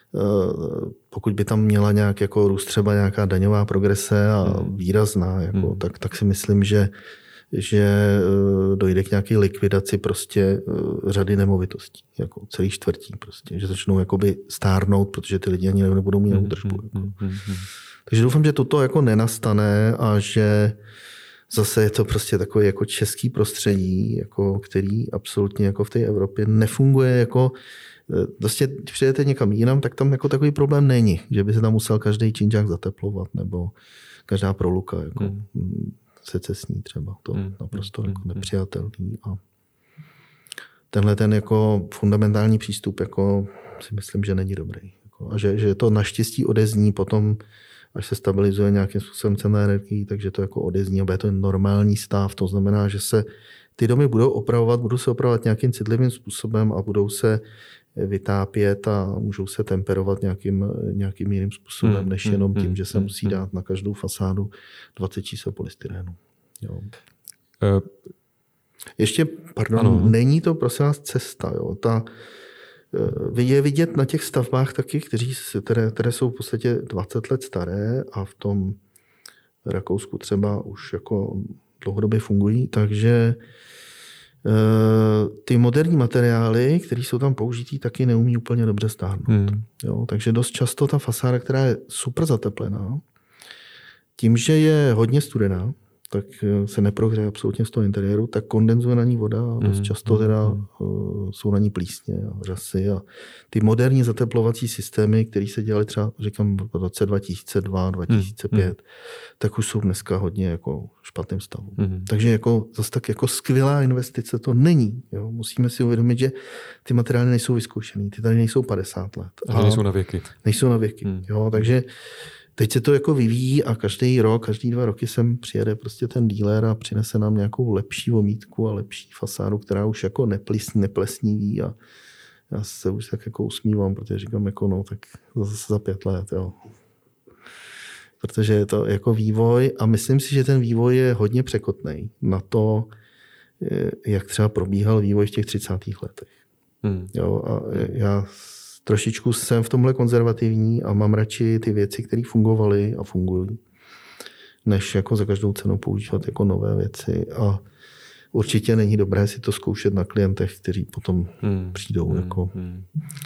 pokud by tam měla nějak jako růst třeba nějaká daňová progrese a mm. výrazná, jako, mm. tak, tak si myslím, že že dojde k nějaké likvidaci prostě řady nemovitostí, jako celý čtvrtí prostě, že začnou jakoby stárnout, protože ty lidi ani nebudou mít údržbu. Jako. Takže doufám, že toto jako nenastane a že zase je to prostě takový jako český prostředí, jako který absolutně jako v té Evropě nefunguje jako vlastně, když přijedete někam jinam, tak tam jako takový problém není, že by se tam musel každý činžák zateplovat nebo každá proluka jako hmm. secesní třeba. To hmm. naprosto hmm. jako nepřijatelný. A tenhle ten jako fundamentální přístup jako si myslím, že není dobrý. Jako, a že, že to naštěstí odezní potom, až se stabilizuje nějakým způsobem cena energií, takže to jako odezní a bude to normální stav. To znamená, že se ty domy budou opravovat, budou se opravovat nějakým citlivým způsobem a budou se vytápět a můžou se temperovat nějakým, nějakým jiným způsobem, hmm, než jenom tím, že se hmm, musí dát na každou fasádu dvacet čísel polystyrénu. Jo. Uh, Ještě, pardon, ano. Není to prosím vás cesta. Jo. Ta, je vidět na těch stavbách taky, kteří, které, které jsou v podstatě dvacet let staré a v tom Rakousku třeba už jako dlouhodobě fungují, takže ty moderní materiály, které jsou tam použitý, taky neumí úplně dobře stárnout. Hmm. Jo, takže dost často ta fasáda, která je super zateplená, tím, že je hodně studená, tak se neprohřeje absolutně z toho interiéru, tak kondenzuje na ní voda a dost často teda uh, jsou na ní plísně a řasy. A ty moderní zateplovací systémy, které se dělaly třeba, říkám, v roce dva tisíce dva, dva tisíce pět, mm. tak už jsou dneska hodně jako špatným stavu. Mm. Takže jako, zase tak jako skvělá investice to není. Jo? Musíme si uvědomit, že ty materiály nejsou vyzkoušený, ty tady nejsou padesát let. A, a nejsou na věky. Nejsou na věky. Mm. Jo? Takže teď se to jako vyvíjí a každý rok, každý dva roky sem přijede prostě ten dealer a přinese nám nějakou lepší omítku a lepší fasádu, která už jako neplesní, neplesniví a já se už tak jako usmívám, protože říkám jako no, tak zase za pět let, jo. Protože je to jako vývoj a myslím si, že ten vývoj je hodně překotnej na to, jak třeba probíhal vývoj v těch třicátých letech. Hmm. Jo, a já trošičku jsem v tomhle konzervativní a mám radši ty věci, které fungovaly a fungují, než jako za každou cenu používat jako nové věci. A určitě není dobré si to zkoušet na klientech, kteří potom hmm. přijdou. Hmm. Jako. Hmm.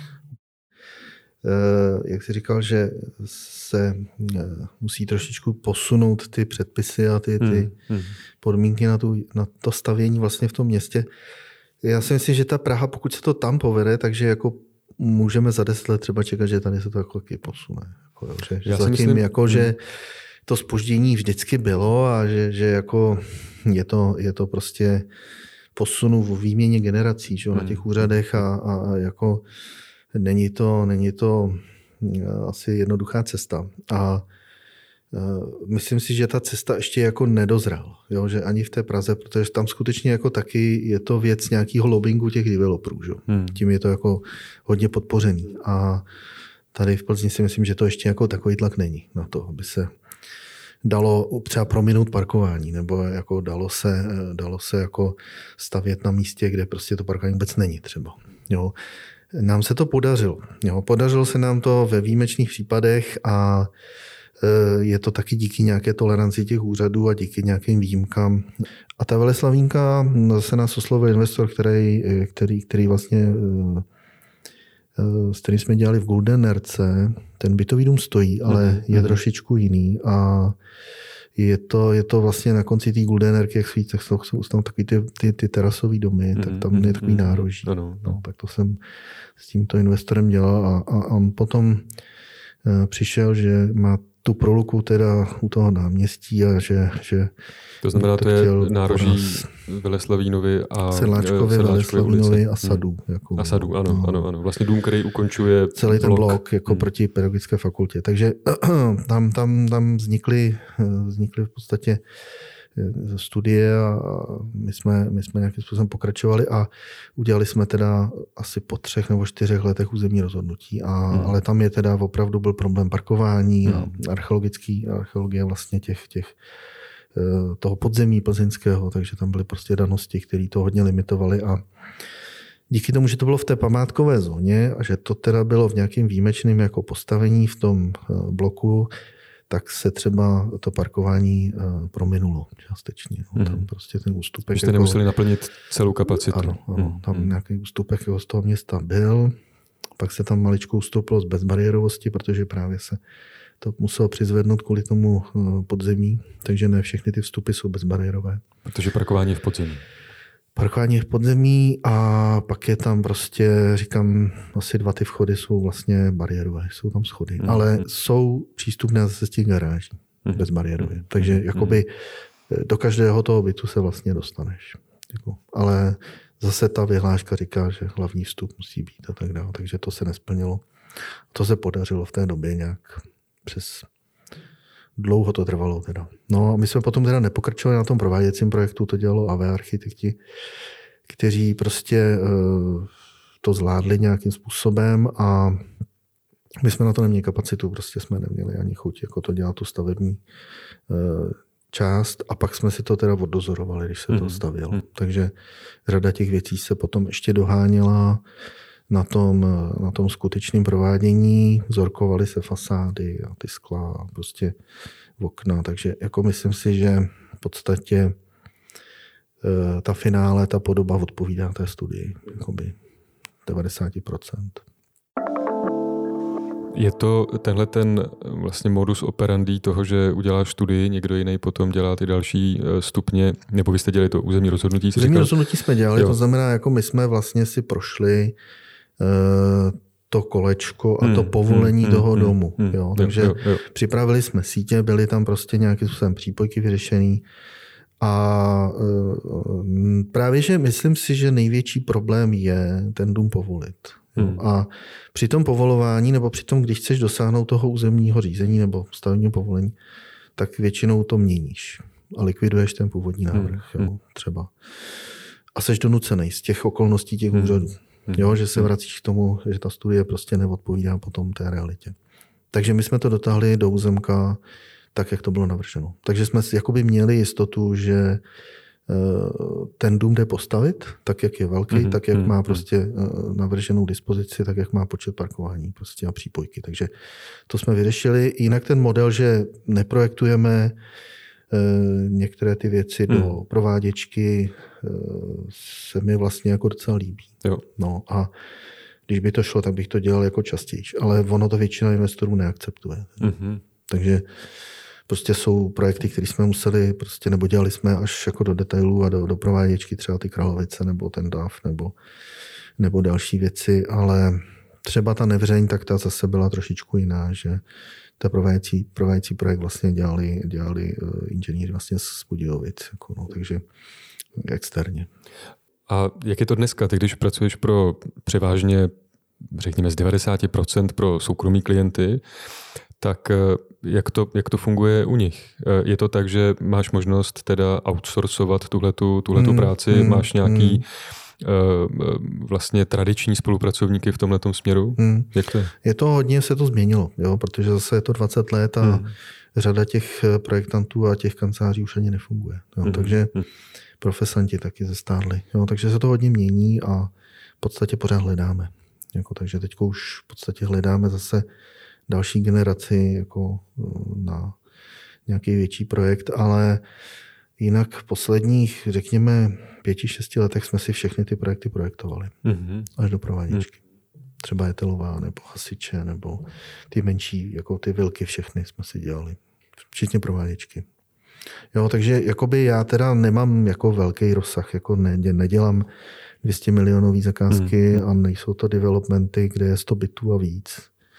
Jak jsi říkal, že se musí trošičku posunout ty předpisy a ty, ty hmm. podmínky na, tu, na to stavění vlastně v tom městě. Já si myslím, že ta Praha, pokud se to tam povede, takže jako můžeme za deset let třeba čekat, že tady se to jako taky posune. Jako, že, že zatím myslím, jako, že to zpoždění vždycky bylo a že, že jako je, to, je to prostě posunu v výměně generací, že, hmm. na těch úřadech a, a jako není to, není to asi jednoduchá cesta. A myslím si, že ta cesta ještě jako nedozrál, jo? Že ani v té Praze, protože tam skutečně jako taky je to věc nějakého lobbingu těch developerů. Že? Hmm. Tím je to jako hodně podpořený. A tady v Plzni si myslím, že to ještě jako takový tlak není na to, aby se dalo třeba prominout parkování, nebo jako dalo se, dalo se jako stavět na místě, kde prostě to parkování vůbec není třeba. Jo? Nám se to podařilo. Jo? Podařilo se nám to ve výjimečných případech a je to taky díky nějaké toleranci těch úřadů a díky nějakým výjimkám. A ta Veleslavínka, zase nás oslovil investor, který, který, který vlastně, s kterým jsme dělali v Guldenerce. Ten bytový dům stojí, ale je mm. trošičku jiný. A je to, je to vlastně na konci té Guldenerky, jak svít, tak jsou tam takový ty, ty, ty terasový domy, mm. tak tam je takový nároží. Mm. No, tak to jsem s tímto investorem dělal a, a on potom přišel, že má tu proluku teda u toho náměstí a že... že to znamená, to, to je nároží Veleslavínovi a Sedláčkovi, Veleslavínovi a Sadů. Jako, a Sadů, ano, no. ano, ano. Vlastně dům, který ukončuje celý blok. ten blok jako hmm. proti pedagogické fakultě. Takže tam, tam, tam vznikly, vznikly v podstatě studie a my jsme, my jsme nějakým způsobem pokračovali a udělali jsme teda asi po třech nebo čtyřech letech územní rozhodnutí. A, hmm. Ale tam je teda opravdu byl problém parkování hmm. a archeologický, archeologie vlastně těch, těch toho podzemí plzeňského, takže tam byly prostě danosti, které to hodně limitovaly a díky tomu, že to bylo v té památkové zóně a že to teda bylo v nějakém výjimečném jako postavení v tom bloku, tak se třeba to parkování uh, prominulo částečně. No. Tam prostě ten ústupek... Jste jako, nemuseli naplnit celou kapacitu. Ano, ano hmm. tam hmm. nějaký ústupek jako z toho města byl. Pak se tam maličko ustoupilo z bezbariérovosti, protože právě se to muselo přizvednout kvůli tomu podzemí, takže ne všechny ty vstupy jsou bezbariérové. Protože parkování je v podzemí. Parkování je v podzemí a pak je tam prostě, říkám, asi dva ty vchody jsou vlastně bariérové, jsou tam schody, mm. ale jsou přístupné zase z těch garáží mm. bezbariérově. Mm. Takže jakoby do každého toho bytu se vlastně dostaneš. Jako, ale zase ta vyhláška říká, že hlavní vstup musí být a tak dále, takže to se nesplnilo. To se podařilo v té době nějak přes... Dlouho to trvalo teda. No a my jsme potom teda nepokračovali na tom prováděcím projektu, to dělalo á vé architekti, kteří prostě uh, to zvládli nějakým způsobem a my jsme na to neměli kapacitu, prostě jsme neměli ani chuť, jako to dělat tu stavební uh, část a pak jsme si to teda oddozorovali, když se mm. to stavělo. Mm. Takže řada těch věcí se potom ještě doháněla na tom, na tom skutečném provádění, vzorkovaly se fasády a ty skla a prostě okna, takže jako myslím si, že v podstatě ta finále, ta podoba odpovídá té studii, jakoby devadesát procent. Je to tenhle ten vlastně modus operandi toho, že uděláš studii, někdo jiný potom dělá ty další stupně, nebo vy jste dělali to územní rozhodnutí? Územní rozhodnutí jsme dělali, jo. To znamená, jako my jsme vlastně si prošli to kolečko a to hmm, povolení hmm, toho hmm, domu. Hmm, jo. Takže jo, jo. připravili jsme sítě, byly tam prostě nějakým způsobem přípojky vyřešený a právě, že myslím si, že největší problém je ten dům povolit. Hmm. A při tom povolování, nebo při tom, když chceš dosáhnout toho územního řízení nebo stavebního povolení, tak většinou to měníš a likviduješ ten původní návrh. Hmm. Jo, třeba. A seš donucený z těch okolností těch hmm. úřadů. Jo, že se vracíš k tomu, že ta studie prostě neodpovídá potom té realitě. Takže my jsme to dotáhli do územka tak, jak to bylo navrženo. Takže jsme si jakoby měli jistotu, že ten dům jde postavit, tak, jak je velký, mm-hmm. tak, jak má prostě navrženou dispozici, tak, jak má počet parkování prostě a přípojky. Takže to jsme vyřešili. Jinak ten model, že neprojektujeme některé ty věci hmm. do prováděčky, se mi vlastně jako docela líbí. Jo. No a když by to šlo, tak bych to dělal jako častěji. Ale ono to většina investorů neakceptuje. Hmm. Takže prostě jsou projekty, které jsme museli, prostě nebo dělali jsme až jako do detailů a do, do prováděčky, třeba ty Kralovice nebo ten D A F nebo, nebo další věci, ale třeba ta Nevřeň, tak ta zase byla trošičku jiná, že ta prováděcí, prováděcí projekt vlastně dělali, dělali inženýři vlastně z Budějovic, jako no, takže externě. A jak je to dneska? Ty, když pracuješ pro převážně, řekněme, z devadesát procent pro soukromí klienty, tak jak to, jak to funguje u nich? Je to tak, že máš možnost teda outsourcovat tuhletu, tuhletu mm, práci? Mm, máš nějaký mm. vlastně tradiční spolupracovníky v tomhletom směru? Hmm. Jak to je? Je to hodně, se to změnilo, jo, protože zase je to dvacet let a hmm. řada těch projektantů a těch kanceláří už ani nefunguje. Jo, hmm. Takže hmm. profesanti taky zestárli. Jo, takže se to hodně mění a v podstatě pořád hledáme. Jako, takže teď už v podstatě hledáme zase další generaci jako na nějaký větší projekt, ale jinak v posledních, řekněme, pěti, šesti letech jsme si všechny ty projekty projektovali. Mm-hmm. Až do prováděčky. Mm. Třeba Jetelová, nebo Hasiče, nebo ty menší, jako ty vilky, všechny jsme si dělali. Včetně prováděčky. Jo, takže jakoby já teda nemám jako velký rozsah, jako ne, nedělám dvě stě milionový zakázky mm. a nejsou to developmenty, kde je sto bytů a víc.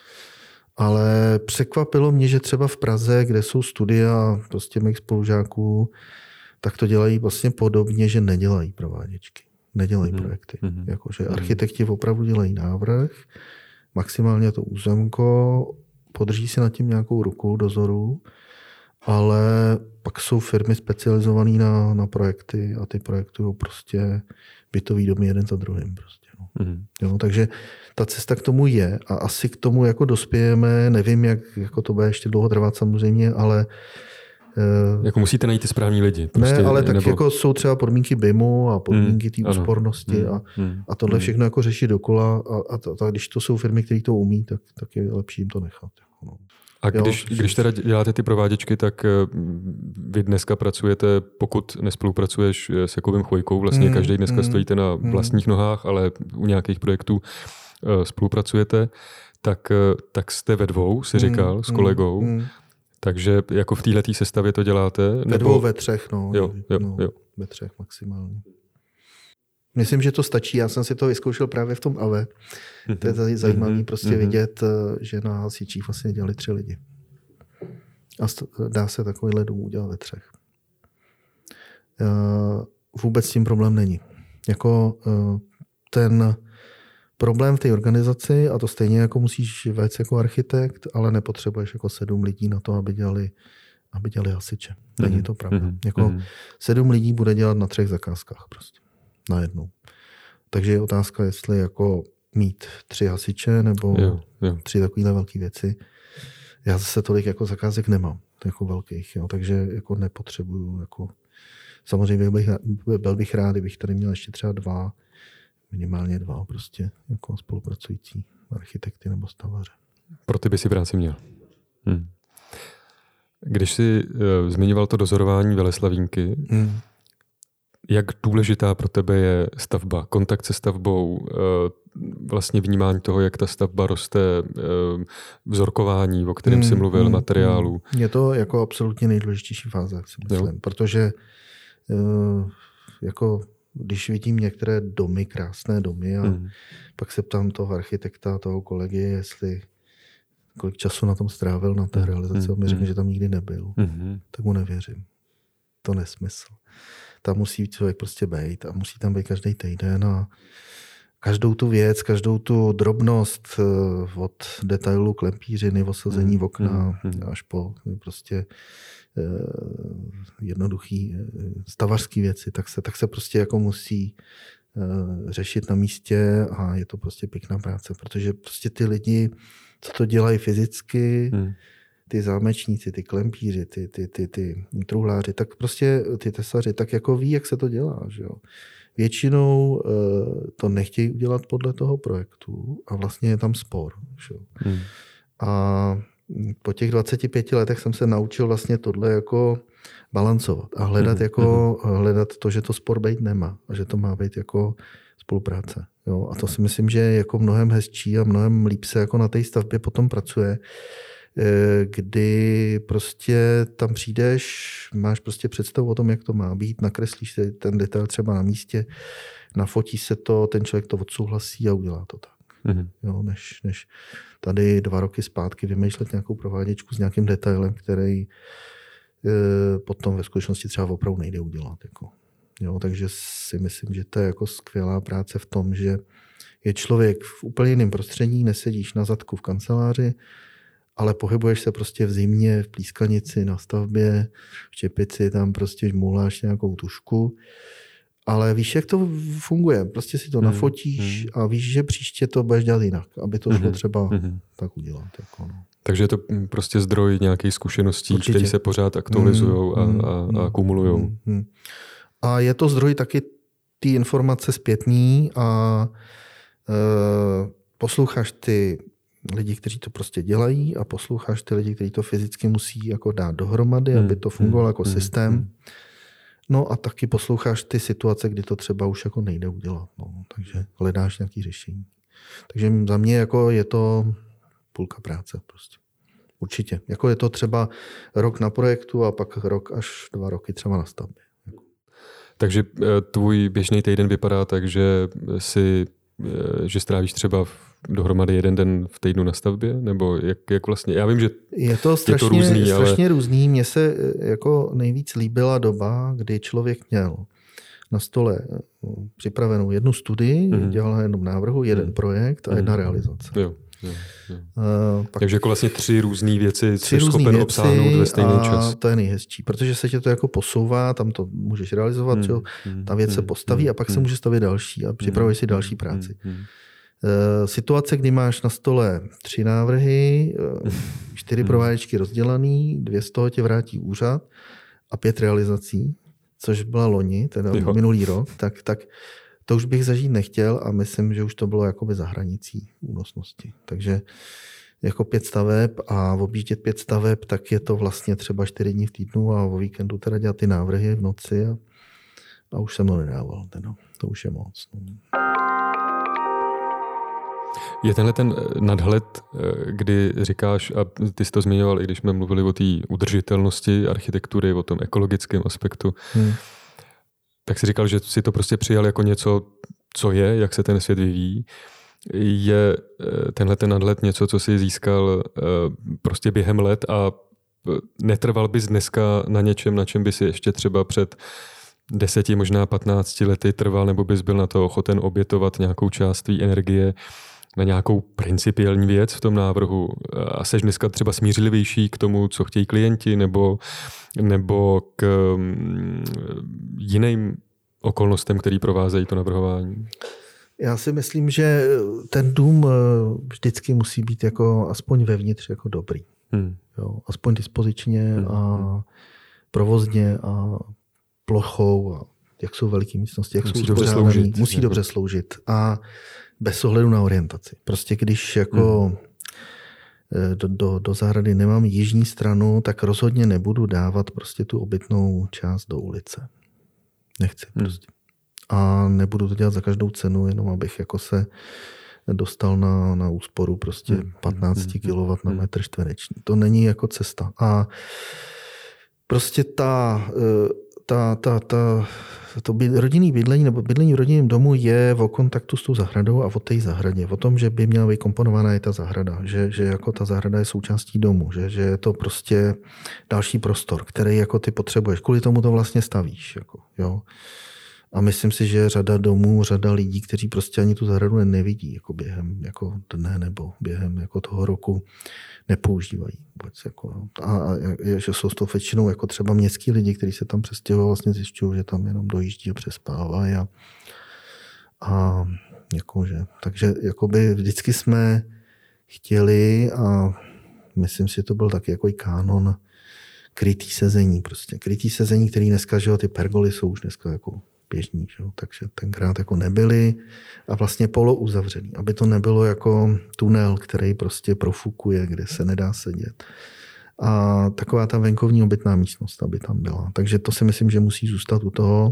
Ale překvapilo mě, že třeba v Praze, kde jsou studia prostě mých spolužáků, tak to dělají vlastně podobně, že nedělají prováděčky, nedělají mm-hmm. projekty. Mm-hmm. Jakože architekti opravdu dělají návrh, maximálně to územko, podrží si nad tím nějakou ruku dozoru, ale pak jsou firmy specializované na, na projekty a ty projektují prostě bytový domy jeden za druhým. Prostě, no. Mm-hmm. Jo, takže ta cesta k tomu je a asi k tomu jako dospějeme, nevím, jak jako to bude ještě dlouho trvat samozřejmě, ale jako musíte najít ty správní lidi. Prostě, ne, ale tak nebo... jako jsou třeba podmínky B I M U a podmínky té hmm, úspornosti hmm, a, hmm, a tohle všechno jako řešit dokola a, a, a, a když to jsou firmy, které to umí, tak, tak je lepší jim to nechat. No. A když, jo, když teda děláte ty prováděčky, tak vy dneska pracujete, pokud nespolupracuješ s Jakubem Chvojkou, vlastně mm, každý dneska mm, stojíte na vlastních nohách, ale u nějakých projektů spolupracujete, tak, tak jste ve dvou, si říkal, mm, s kolegou. Mm, takže jako v této sestavě to děláte? Ve nebo... dvou, ve třech, no. Jo, jo, no jo. Ve třech maximálně. Myslím, že to stačí. Já jsem si to vyzkoušel právě v tom A V. Mm-hmm. To je tady zajímavé mm-hmm. prostě mm-hmm. vidět, že na hasičích vlastně dělali tři lidi. A dá se takovýhle dům udělat ve třech. Vůbec s tím problém není. Jako ten problém v té organizaci, a to stejně jako musíš vést jako architekt, ale nepotřebuješ jako sedm lidí na to, aby dělali, aby dělali hasiče. Není to pravda. Mm-hmm. Jako sedm lidí bude dělat na třech zakázkách prostě. Najednou. Takže je otázka, jestli jako mít tři hasiče nebo jo, jo. tři takovéhle velké věci. Já zase tolik jako zakázek nemám, jako velkých, jo, takže jako nepotřebuju. Jako... Samozřejmě bych, byl bych rád, kdybych tady měl ještě třeba dva, minimálně dva prostě jako spolupracující architekty nebo stavaře. Pro ty by si práci měl. Hm. Když jsi uh, zmiňoval to dozorování Veleslavínky, hmm. jak důležitá pro tebe je stavba, kontakt se stavbou, vlastně vnímání toho, jak ta stavba roste, vzorkování, o kterém jsi mluvil, mm, materiálu. Je to jako absolutně nejdůležitější fáze, si myslím, jo. Protože jako když vidím některé domy, krásné domy a mm. pak se ptám toho architekta, toho kolegy, jestli kolik času na tom strávil na té realizaci, on mi řekne, že tam nikdy nebyl, mm. tak mu nevěřím. To nesmysl. Tam musí člověk prostě být a musí tam být každý týden a každou tu věc, každou tu drobnost od detailu klempířiny, osazení v okna mm, mm. až po prostě jednoduchý stavařský věci, tak se, tak se prostě jako musí řešit na místě a je to prostě pěkná práce, protože prostě ty lidi, co to dělají fyzicky, mm. ty zámečníci, ty klempíři, ty, ty, ty, ty truhláři, tak prostě ty tesaři, tak jako ví, jak se to dělá. Že jo. Většinou uh, to nechtějí udělat podle toho projektu a vlastně je tam spor. Že jo. Hmm. A po těch dvaceti pěti letech jsem se naučil vlastně tohle jako balancovat a hledat, hmm. jako, hmm. hledat to, že to spor být nemá a že to má být jako spolupráce. Jo. A to si myslím, že je jako mnohem hezčí a mnohem líp se jako na té stavbě potom pracuje, kdy prostě tam přijdeš, máš prostě představu o tom, jak to má být, nakreslíš si ten detail třeba na místě, nafotí se to, ten člověk to odsouhlasí a udělá to tak. Mm-hmm. Jo, než, než tady dva roky zpátky vymýšlet nějakou prováděčku s nějakým detailem, který e, potom ve skutečnosti třeba opravdu nejde udělat. Jako. Jo, takže si myslím, že to je jako skvělá práce v tom, že je člověk v úplně jiném prostředí, nesedíš na zadku v kanceláři, ale pohybuješ se prostě v zimě, v plískanici, na stavbě, v čepici, tam prostě žmuláš nějakou tušku. Ale víš, jak to funguje. Prostě si to hmm. nafotíš hmm. a víš, že příště to budeš dělat jinak, aby to šlo hmm. třeba hmm. tak udělat. Jako no. Takže je to prostě zdroj nějakých zkušeností, které se pořád aktualizují hmm. a, a, a kumulují. Hmm. A je to zdroj taky ty informace zpětný a e, posloucháš ty lidi, kteří to prostě dělají a posloucháš ty lidi, kteří to fyzicky musí jako dát dohromady, hmm. aby to fungovalo jako hmm. systém. No a taky posloucháš ty situace, kdy to třeba už jako nejde udělat. No. Takže hledáš nějaké řešení. Takže za mě jako je to půlka práce prostě. Určitě. Jako je to třeba rok na projektu a pak rok až dva roky třeba na stavbě. Takže tvůj běžný týden vypadá tak, že si, že strávíš třeba dohromady jeden den v týdnu na stavbě? Nebo jak, jak vlastně? Já vím, že je to strašně, je to různý, strašně ale... různý. Mně se jako nejvíc líbila doba, kdy člověk měl na stole připravenou jednu studii, mm-hmm. dělal na jednom návrhu, jeden mm-hmm. projekt a jedna mm-hmm. realizace. Jo, jo, jo. Uh, pak Takže jako vlastně tři různé věci jsi schopen obsáhnout ve stejný čas. To je nejhezčí, protože se tě to jako posouvá, tam to můžeš realizovat, mm, mm, ta věc mm, se postaví mm, a pak mm, se může stavět další a připravuješ mm, si další práci. Mm, mm. Situace, kdy máš na stole tři návrhy, čtyři prováděčky rozdělaný, dvě z toho tě vrátí úřad a pět realizací, což byla loni, teda jo. minulý rok, tak, tak to už bych zažít nechtěl a myslím, že už to bylo jakoby za hranicí únosnosti. Takže jako pět staveb a objíždět pět staveb, tak je to vlastně třeba čtyři dní v týdnu a o víkendu teda dělat ty návrhy v noci a, a už jsem to nedával. Teda. To už je moc. No. Je tenhle ten nadhled, kdy říkáš, a ty jsi to zmiňoval, i když jsme mluvili o té udržitelnosti architektury, o tom ekologickém aspektu, hmm. tak jsi říkal, že si to prostě přijal jako něco, co je, jak se ten svět vyvíjí. Je tenhle ten nadhled něco, co jsi získal prostě během let a netrval bys dneska na něčem, na čem by si ještě třeba před deseti, možná patnácti lety trval, nebo bys byl na to ochoten obětovat nějakou část tvý energie na nějakou principiální věc v tom návrhu a seš dneska třeba smířlivější k tomu, co chtějí klienti, nebo, nebo k jiným okolnostem, který provázejí to navrhování? Já si myslím, že ten dům vždycky musí být jako aspoň vevnitř jako dobrý. Hmm. Jo, aspoň dispozičně hmm. a provozně a plochou a jak jsou veliké místnosti, jak musí jsou dobře sloužit. Musí dobře sloužit a bez ohledu na orientaci. Prostě když jako hmm. do, do, do zahrady nemám jižní stranu, tak rozhodně nebudu dávat prostě tu obytnou část do ulice. Nechci hmm. prostě. A nebudu to dělat za každou cenu, jenom abych jako se dostal na, na úsporu prostě patnáct kilowattů na metr čtvereční. To není jako cesta. A prostě ta, ta, ta, ta to rodinný bydlení nebo bydlení v rodinném domu je o kontaktu s tou zahradou a o té zahradě. O tom, že by měla být komponovaná i ta zahrada. Že, že jako ta zahrada je součástí domu. Že, že je to prostě další prostor, který jako ty potřebuješ. Kvůli tomu to vlastně stavíš. Jako, jo. A myslím si, že řada domů, řada lidí, kteří prostě ani tu zahradu nevidí jako během jako dne nebo během jako toho roku nepoužívají. Jako, a, a že jsou to většinou jako třeba městský lidi, kteří se tam přestěhují, vlastně zjišťují, že tam jenom dojíždí a přespávají. A, a jakože, takže jakoby vždycky jsme chtěli a myslím si, že to byl taky jako kánon krytý sezení. Prostě. Krytý sezení, který dneska, že jo, ty pergoly jsou už dneska jako běžní, že? Takže tenkrát jako nebyly a vlastně polo uzavřený, aby to nebylo jako tunel, který prostě profukuje, kde se nedá sedět. A taková ta venkovní obytná místnost, aby tam byla. Takže to si myslím, že musí zůstat u toho.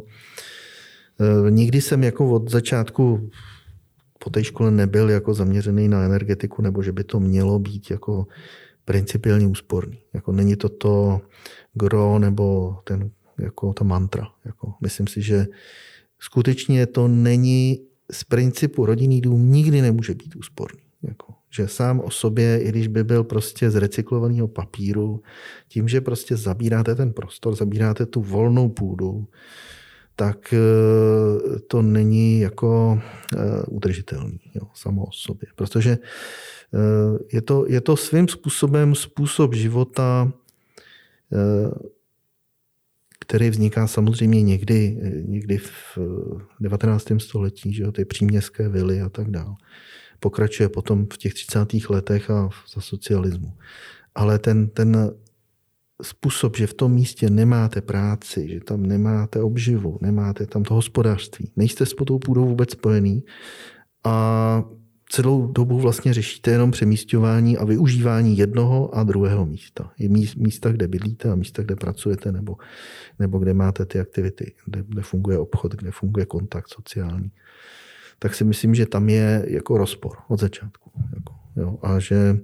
Nikdy jsem jako od začátku po té škole nebyl jako zaměřený na energetiku, nebo že by to mělo být jako principiálně úsporný. Jako není to to gro nebo ten jako ta mantra. Jako, myslím si, že skutečně to není z principu rodinný dům nikdy nemůže být úsporný. Jako, že sám o sobě, i když by byl prostě z recyklovaného papíru, tím, že prostě zabíráte ten prostor, zabíráte tu volnou půdu, tak to není jako udržitelný jo, samo o sobě. Protože je to, je to svým způsobem způsob života, který vzniká samozřejmě někdy, někdy v devatenáctém století, že jo, ty příměstské vily a tak dále. Pokračuje potom v těch třicátých letech a za socialismu. Ale ten, ten způsob, že v tom místě nemáte práci, že tam nemáte obživu, nemáte tam to hospodářství, nejste s tou půdou vůbec spojený a celou dobu vlastně řešíte jenom přemísťování a využívání jednoho a druhého místa. Je místa, kde bydlíte a místa, kde pracujete nebo, nebo kde máte ty aktivity, kde, kde funguje obchod, kde funguje kontakt sociální. Tak si myslím, že tam je jako rozpor od začátku. Jako, jo, a že e,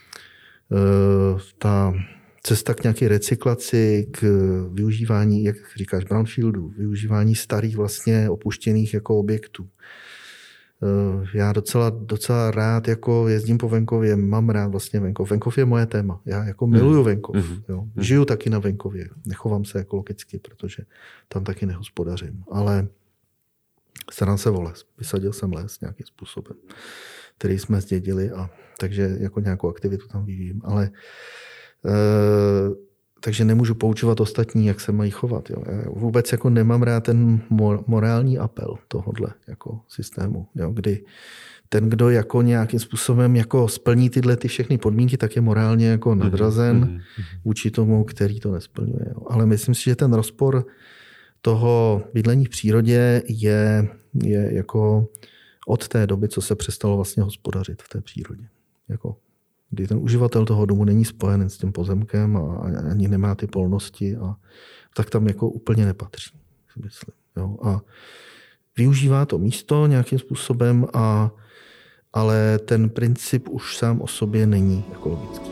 ta cesta k nějaké recyklaci, k využívání, jak říkáš, brownfieldů, využívání starých vlastně opuštěných jako objektů. Já docela, docela rád jako jezdím po venkově, mám rád vlastně venkov. Venkov je moje téma. Já jako miluju venkov. Mm. Jo. Žiju taky na venkově. Nechovám se ekologicky, protože tam taky nehospodařím. Ale starám se o les. Vysadil jsem les nějakým způsobem, který jsme zdědili, a takže jako nějakou aktivitu tam vyvíjím. Ale e, takže nemůžu poučovat ostatní, jak se mají chovat. Jo. Já vůbec jako nemám rád ten morální apel tohodle jako systému, jo, kdy ten, kdo jako nějakým způsobem jako splní tyhle ty všechny podmínky, tak je morálně jako nadřazen mm-hmm. vůči tomu, který to nesplňuje. Jo. Ale myslím si, že ten rozpor toho bydlení v přírodě je, je jako od té doby, co se přestalo vlastně hospodařit v té přírodě. Jako kdy ten uživatel toho domu není spojen s tím pozemkem a ani nemá ty polnosti, a tak tam jako úplně nepatří, si myslím. Jo. A využívá to místo nějakým způsobem, a, ale ten princip už sám o sobě není ekologický.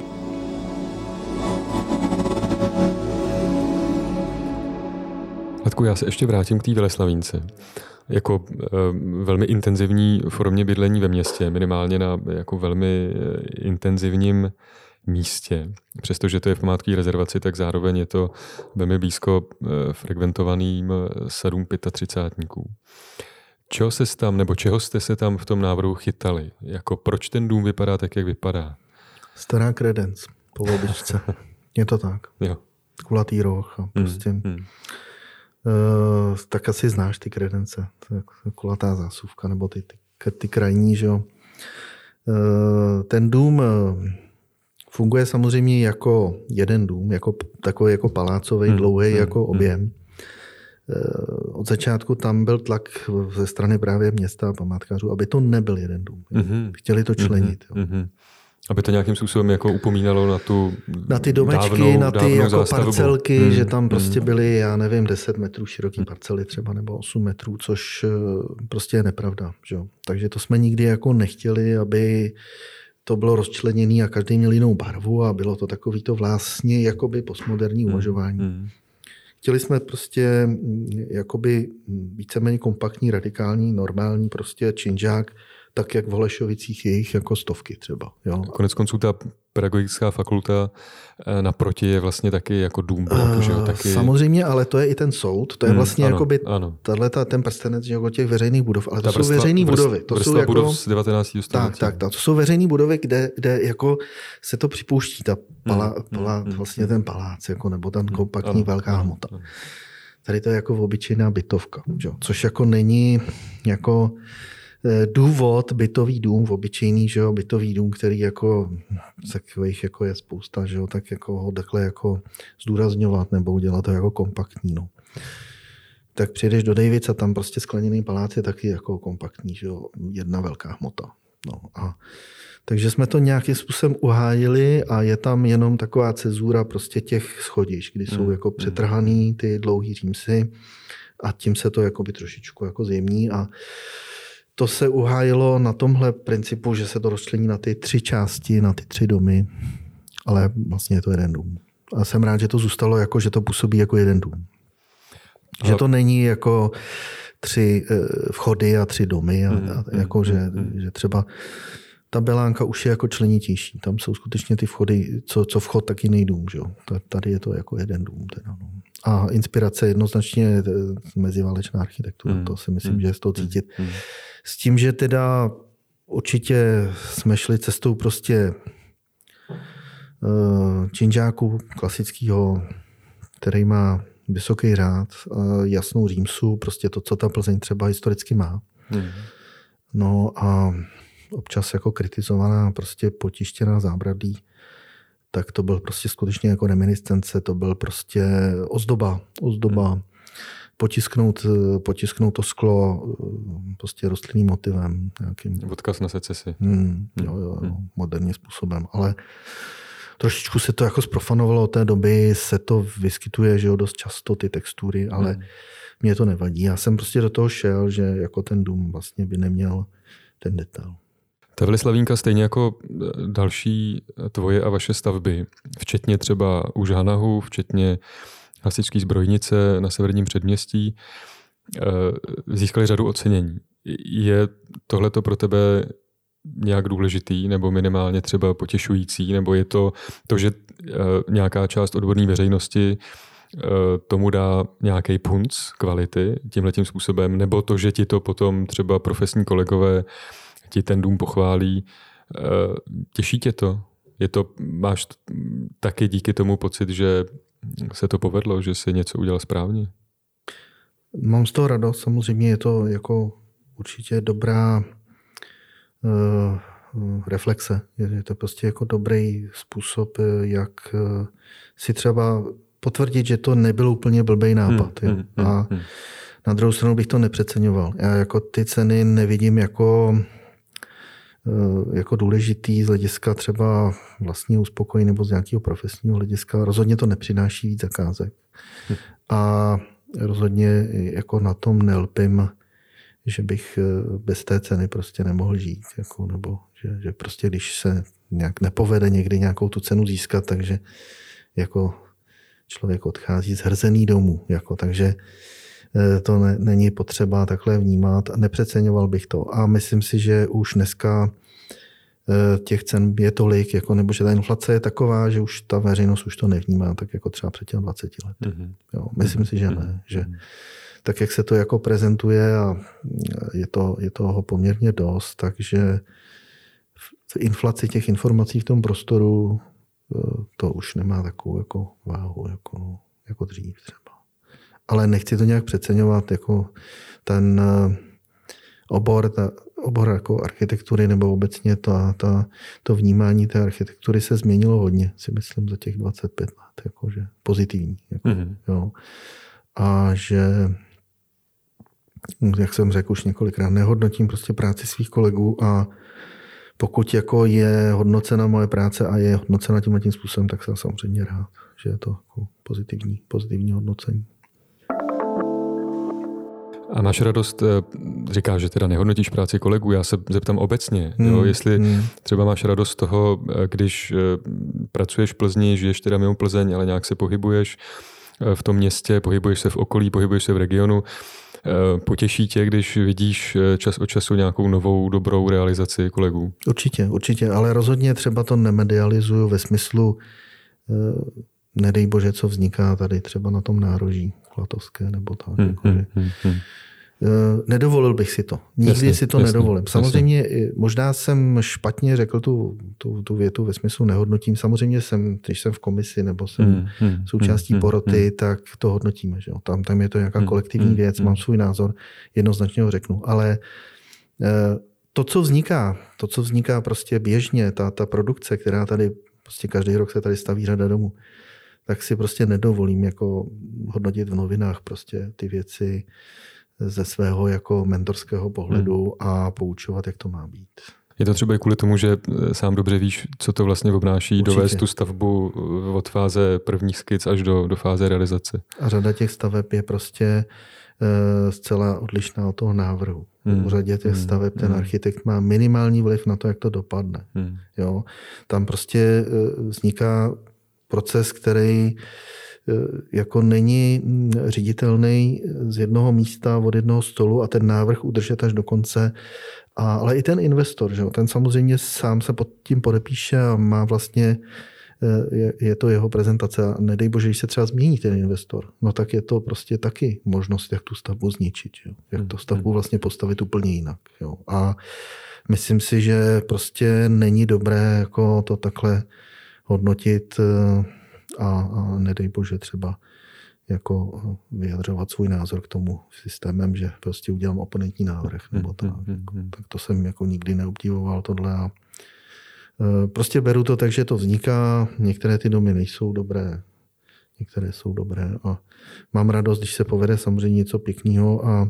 Radku, já se ještě vrátím k té Veleslavínce. Jako e, velmi intenzivní formě bydlení ve městě, minimálně na jako velmi intenzivním místě. Přestože to je v památkové rezervaci, tak zároveň je to velmi blízko e, frekventovaným sadům třicátníků. Čeho se tam, nebo čeho jste se tam v tom návrhu chytali? Jako proč ten dům vypadá tak, jak vypadá? Stará kredenc po Volbičce. Je to tak. Jo. Kulatý roh a prostě... Hmm, hmm. Uh, tak asi znáš ty kredence. To je kulatá zásuvka, nebo ty, ty, ty krajní, že jo. Uh, ten dům uh, funguje samozřejmě jako jeden dům, jako takový jako palácový, hmm, dlouhý hmm, jako objem. Hmm. Uh, od začátku tam byl tlak ze strany právě města a památkářů, aby to nebyl jeden dům. Hmm. Chtěli to členit. Hmm, jo. Aby to nějakým způsobem jako upomínalo na tu na ty domečky, dávnou, na ty jako parcelky, hmm. že tam prostě byly, já nevím, deset metrů široký parcely třeba, nebo osm metrů, což prostě je nepravda. Že? Takže to jsme nikdy jako nechtěli, aby to bylo rozčleněné a každý měl jinou barvu a bylo to takový to vlastně jakoby postmoderní uvažování. Hmm. Chtěli jsme prostě jakoby víceméně kompaktní, radikální, normální prostě činžák, tak jak v Holešovicích je jich jako stovky třeba. Jo. Konec konců ta pedagogická fakulta naproti je vlastně taky jako dům. Uh, že jo, taky... Samozřejmě, ale to je i ten soud. To je vlastně hmm, jakoby tato, ten prstenec že, těch veřejných budov. Ale to ta jsou veřejné budovy. To jsou jako, budov z devatenáctého století. Tak, tak, tak. To jsou veřejné budovy, kde, kde jako se to připouští. Ta pala, hmm, pala, hmm, vlastně ten palác, jako, nebo ten kompaktní ano, velká ano, hmota. Ano. Tady to je jako obyčejná bytovka. Že? Což jako není jako... důvod, bytový dům, obyčejný, že jo, bytový dům, který jako takových jako je spousta, že jo, tak jako ho takhle jako zdůrazňovat nebo udělat to jako kompaktní, no. Tak přijdeš do Davids a tam prostě skleněný palác je taky jako kompaktní, že jo, jedna velká hmota. No a takže jsme to nějakým způsobem uhájili a je tam jenom taková cezura prostě těch schodišť, kdy jsou jako přetrhaný ty dlouhý římsy a tím se to jako by trošičku jako zjemní a to se uhájilo na tomhle principu, že se to rozčlení na ty tři části, na ty tři domy, ale vlastně je to jeden dům. A jsem rád, že to zůstalo jako, že to působí jako jeden dům. A... Že to není jako tři vchody a tři domy, a, a jako, že, že třeba ta Belánka už je jako členitější. Tam jsou skutečně ty vchody, co, co vchod, tak jiný dům. Že jo? Tady je to jako jeden dům. Teda, no. A inspirace jednoznačně meziválečná architektura. Hmm. To si myslím, hmm. že je z toho cítit. Hmm. S tím, že teda určitě jsme šli cestou prostě uh, činžáku klasického, který má vysoký řád, uh, jasnou římsu, prostě to, co ta Plzeň třeba historicky má. Hmm. No a občas jako kritizovaná, prostě potištěná zábradlí, tak to byl prostě skutečně jako reminiscence, to byl prostě ozdoba, ozdoba, hmm. potisknout, potisknout to sklo prostě rostlinným motivem. Nějakým... Odkaz na secesi. Hmm, jo, jo, jo, moderním způsobem, ale trošičku se to jako zprofanovalo od té doby, se to vyskytuje, že jo, dost často ty textury, ale hmm. mě to nevadí. Já jsem prostě do toho šel, že jako ten dům vlastně by neměl ten detail. Ta Veleslavínka stejně jako další tvoje a vaše stavby, včetně třeba u Žánahu, včetně hasičské zbrojnice na severním předměstí, získaly řadu ocenění. Je tohleto pro tebe nějak důležitý nebo minimálně třeba potěšující, nebo je to to, že nějaká část odborné veřejnosti tomu dá nějaký punc kvality tímhletím způsobem, nebo to, že ti to potom třeba profesní kolegové ti ten dům pochválí. Těší tě to? Je to? Máš taky díky tomu pocit, že se to povedlo, že jsi něco udělal správně? Mám z toho radost. Samozřejmě je to jako určitě dobrá uh, reflexe. Je to prostě jako dobrý způsob, jak si třeba potvrdit, že to nebyl úplně blbej nápad. Hmm, hmm, A hmm. na druhou stranu bych to nepřeceňoval. Já jako ty ceny nevidím jako jako důležitý z hlediska třeba vlastního uspokojení nebo z nějakého profesního hlediska. Rozhodně to nepřináší víc zakázek. Hm. A rozhodně jako na tom nelpím, že bych bez té ceny prostě nemohl žít. Jako, nebo že, že prostě když se nějak nepovede někdy nějakou tu cenu získat, takže jako člověk odchází zhrzený domů. Jako, takže to ne, není potřeba takhle vnímat a nepřeceňoval bych to. A myslím si, že už dneska těch cen je tolik, jako, nebo že ta inflace je taková, že už ta veřejnost už to nevnímá tak jako třeba před těmi dvaceti lety. Mm-hmm. Jo, myslím mm-hmm. si, že ne. Že tak, jak se to jako prezentuje a je, to, je toho poměrně dost, takže v inflaci těch informací v tom prostoru to už nemá takovou jako váhu jako, jako dřív třeba. Ale nechci to nějak přeceňovat, jako ten obor, ta, obor jako architektury nebo obecně ta, ta, to vnímání té architektury se změnilo hodně, si myslím, za těch dvacet pět let, jakože pozitivní. Jako, mm-hmm. jo. A že, jak jsem řekl už několikrát, nehodnotím prostě práci svých kolegů a pokud jako je hodnocena moje práce a je hodnocena tímhle tím způsobem, tak jsem samozřejmě rád, že je to jako pozitivní, pozitivní hodnocení. A máš radost, říkáš, že teda nehodnotíš práci kolegů, já se zeptám obecně, hmm. jo, jestli hmm. třeba máš radost z toho, když pracuješ v Plzni, žiješ teda mimo Plzeň, ale nějak se pohybuješ v tom městě, pohybuješ se v okolí, pohybuješ se v regionu, potěší tě, když vidíš čas od času nějakou novou dobrou realizaci kolegů? Určitě, určitě, ale rozhodně třeba to nemedializuju ve smyslu, nedej bože, co vzniká tady třeba na tom nároží Klatovské nebo tak. Hmm, jako, hmm, hmm, hmm. Nedovolil bych si to. Nikdy jasně, si to jasně, nedovolím. Samozřejmě jasně. Možná jsem špatně řekl tu, tu, tu větu ve smyslu nehodnotím. Samozřejmě jsem, když jsem v komisi nebo jsem hmm, hmm, součástí hmm, poroty, hmm. tak to hodnotíme. Že jo? Tam, tam je to nějaká kolektivní hmm, věc, hmm. mám svůj názor, jednoznačně ho řeknu. Ale to, co vzniká, to, co vzniká prostě běžně, ta, ta produkce, která tady prostě každý rok se tady staví řada domů, tak si prostě nedovolím jako hodnotit v novinách prostě ty věci ze svého jako mentorského pohledu hmm. a poučovat, jak to má být. Je to třeba i kvůli tomu, že sám dobře víš, co to vlastně obnáší určitě. Dovést tu stavbu od fáze prvních skic až do, do fáze realizace. A řada těch staveb je prostě uh, zcela odlišná od toho návrhu. Hmm. U řadě těch staveb ten hmm. architekt má minimální vliv na to, jak to dopadne. Hmm. Jo? Tam prostě uh, vzniká proces, který jako není ředitelný z jednoho místa od jednoho stolu a ten návrh udržet až do konce. A, ale i ten investor, že? Ten samozřejmě sám se pod tím podepíše a má vlastně, je, je to jeho prezentace. A nedej bože, když se třeba změní ten investor, no tak je to prostě taky možnost, jak tu stavbu zničit. Jo? Jak tu stavbu vlastně postavit úplně jinak. Jo? A myslím si, že prostě není dobré jako to takhle hodnotit a, a nedej bože třeba jako vyjadřovat svůj názor k tomu systémem, že prostě udělám oponentní návrh nebo tak. Tak to jsem jako nikdy neobdivoval tohle a prostě beru to tak, že to vzniká. Některé ty domy nejsou dobré, některé jsou dobré a mám radost, když se povede samozřejmě něco pěkného a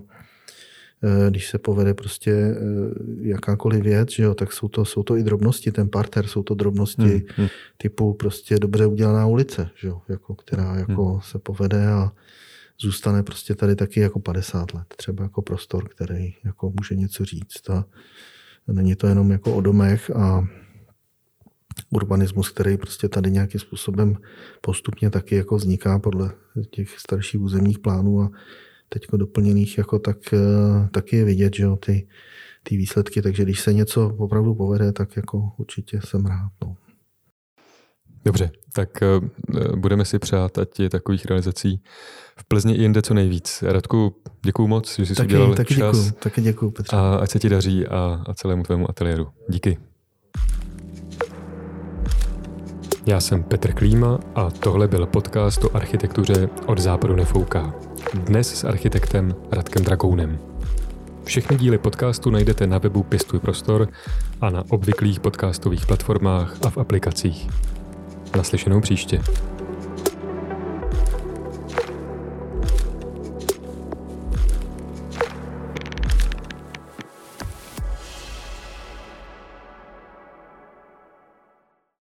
když se povede prostě jakákoliv věc, že jo, tak jsou to, jsou to i drobnosti, ten parter, jsou to drobnosti hmm, hmm. typu prostě dobře udělaná ulice, že jo, jako, která jako hmm. se povede a zůstane prostě tady taky jako padesát let. Třeba jako prostor, který jako může něco říct. A není to jenom jako o domech a urbanismus, který prostě tady nějakým způsobem postupně taky jako vzniká podle těch starších územních plánů a teďko doplněných, jako tak, taky je vidět, že jo, ty, ty výsledky. Takže když se něco opravdu povede, tak jako určitě jsem rád. No. Dobře, tak uh, budeme si přát, ať je takových realizací v Plzni i jinde co nejvíc. Radku, děkuju moc, že jsi taky, udělal taky čas. Děkuju, taky děkuju, Petře. A ať se ti daří a, a celému tvému ateliéru. Díky. Já jsem Petr Klíma a tohle byl podcast o architektuře Od západu nefouká. Dnes s architektem Radkem Dragounem. Všechny díly podcastu najdete na webu Pěstuj prostor a na obvyklých podcastových platformách a v aplikacích. Naslyšenou příště.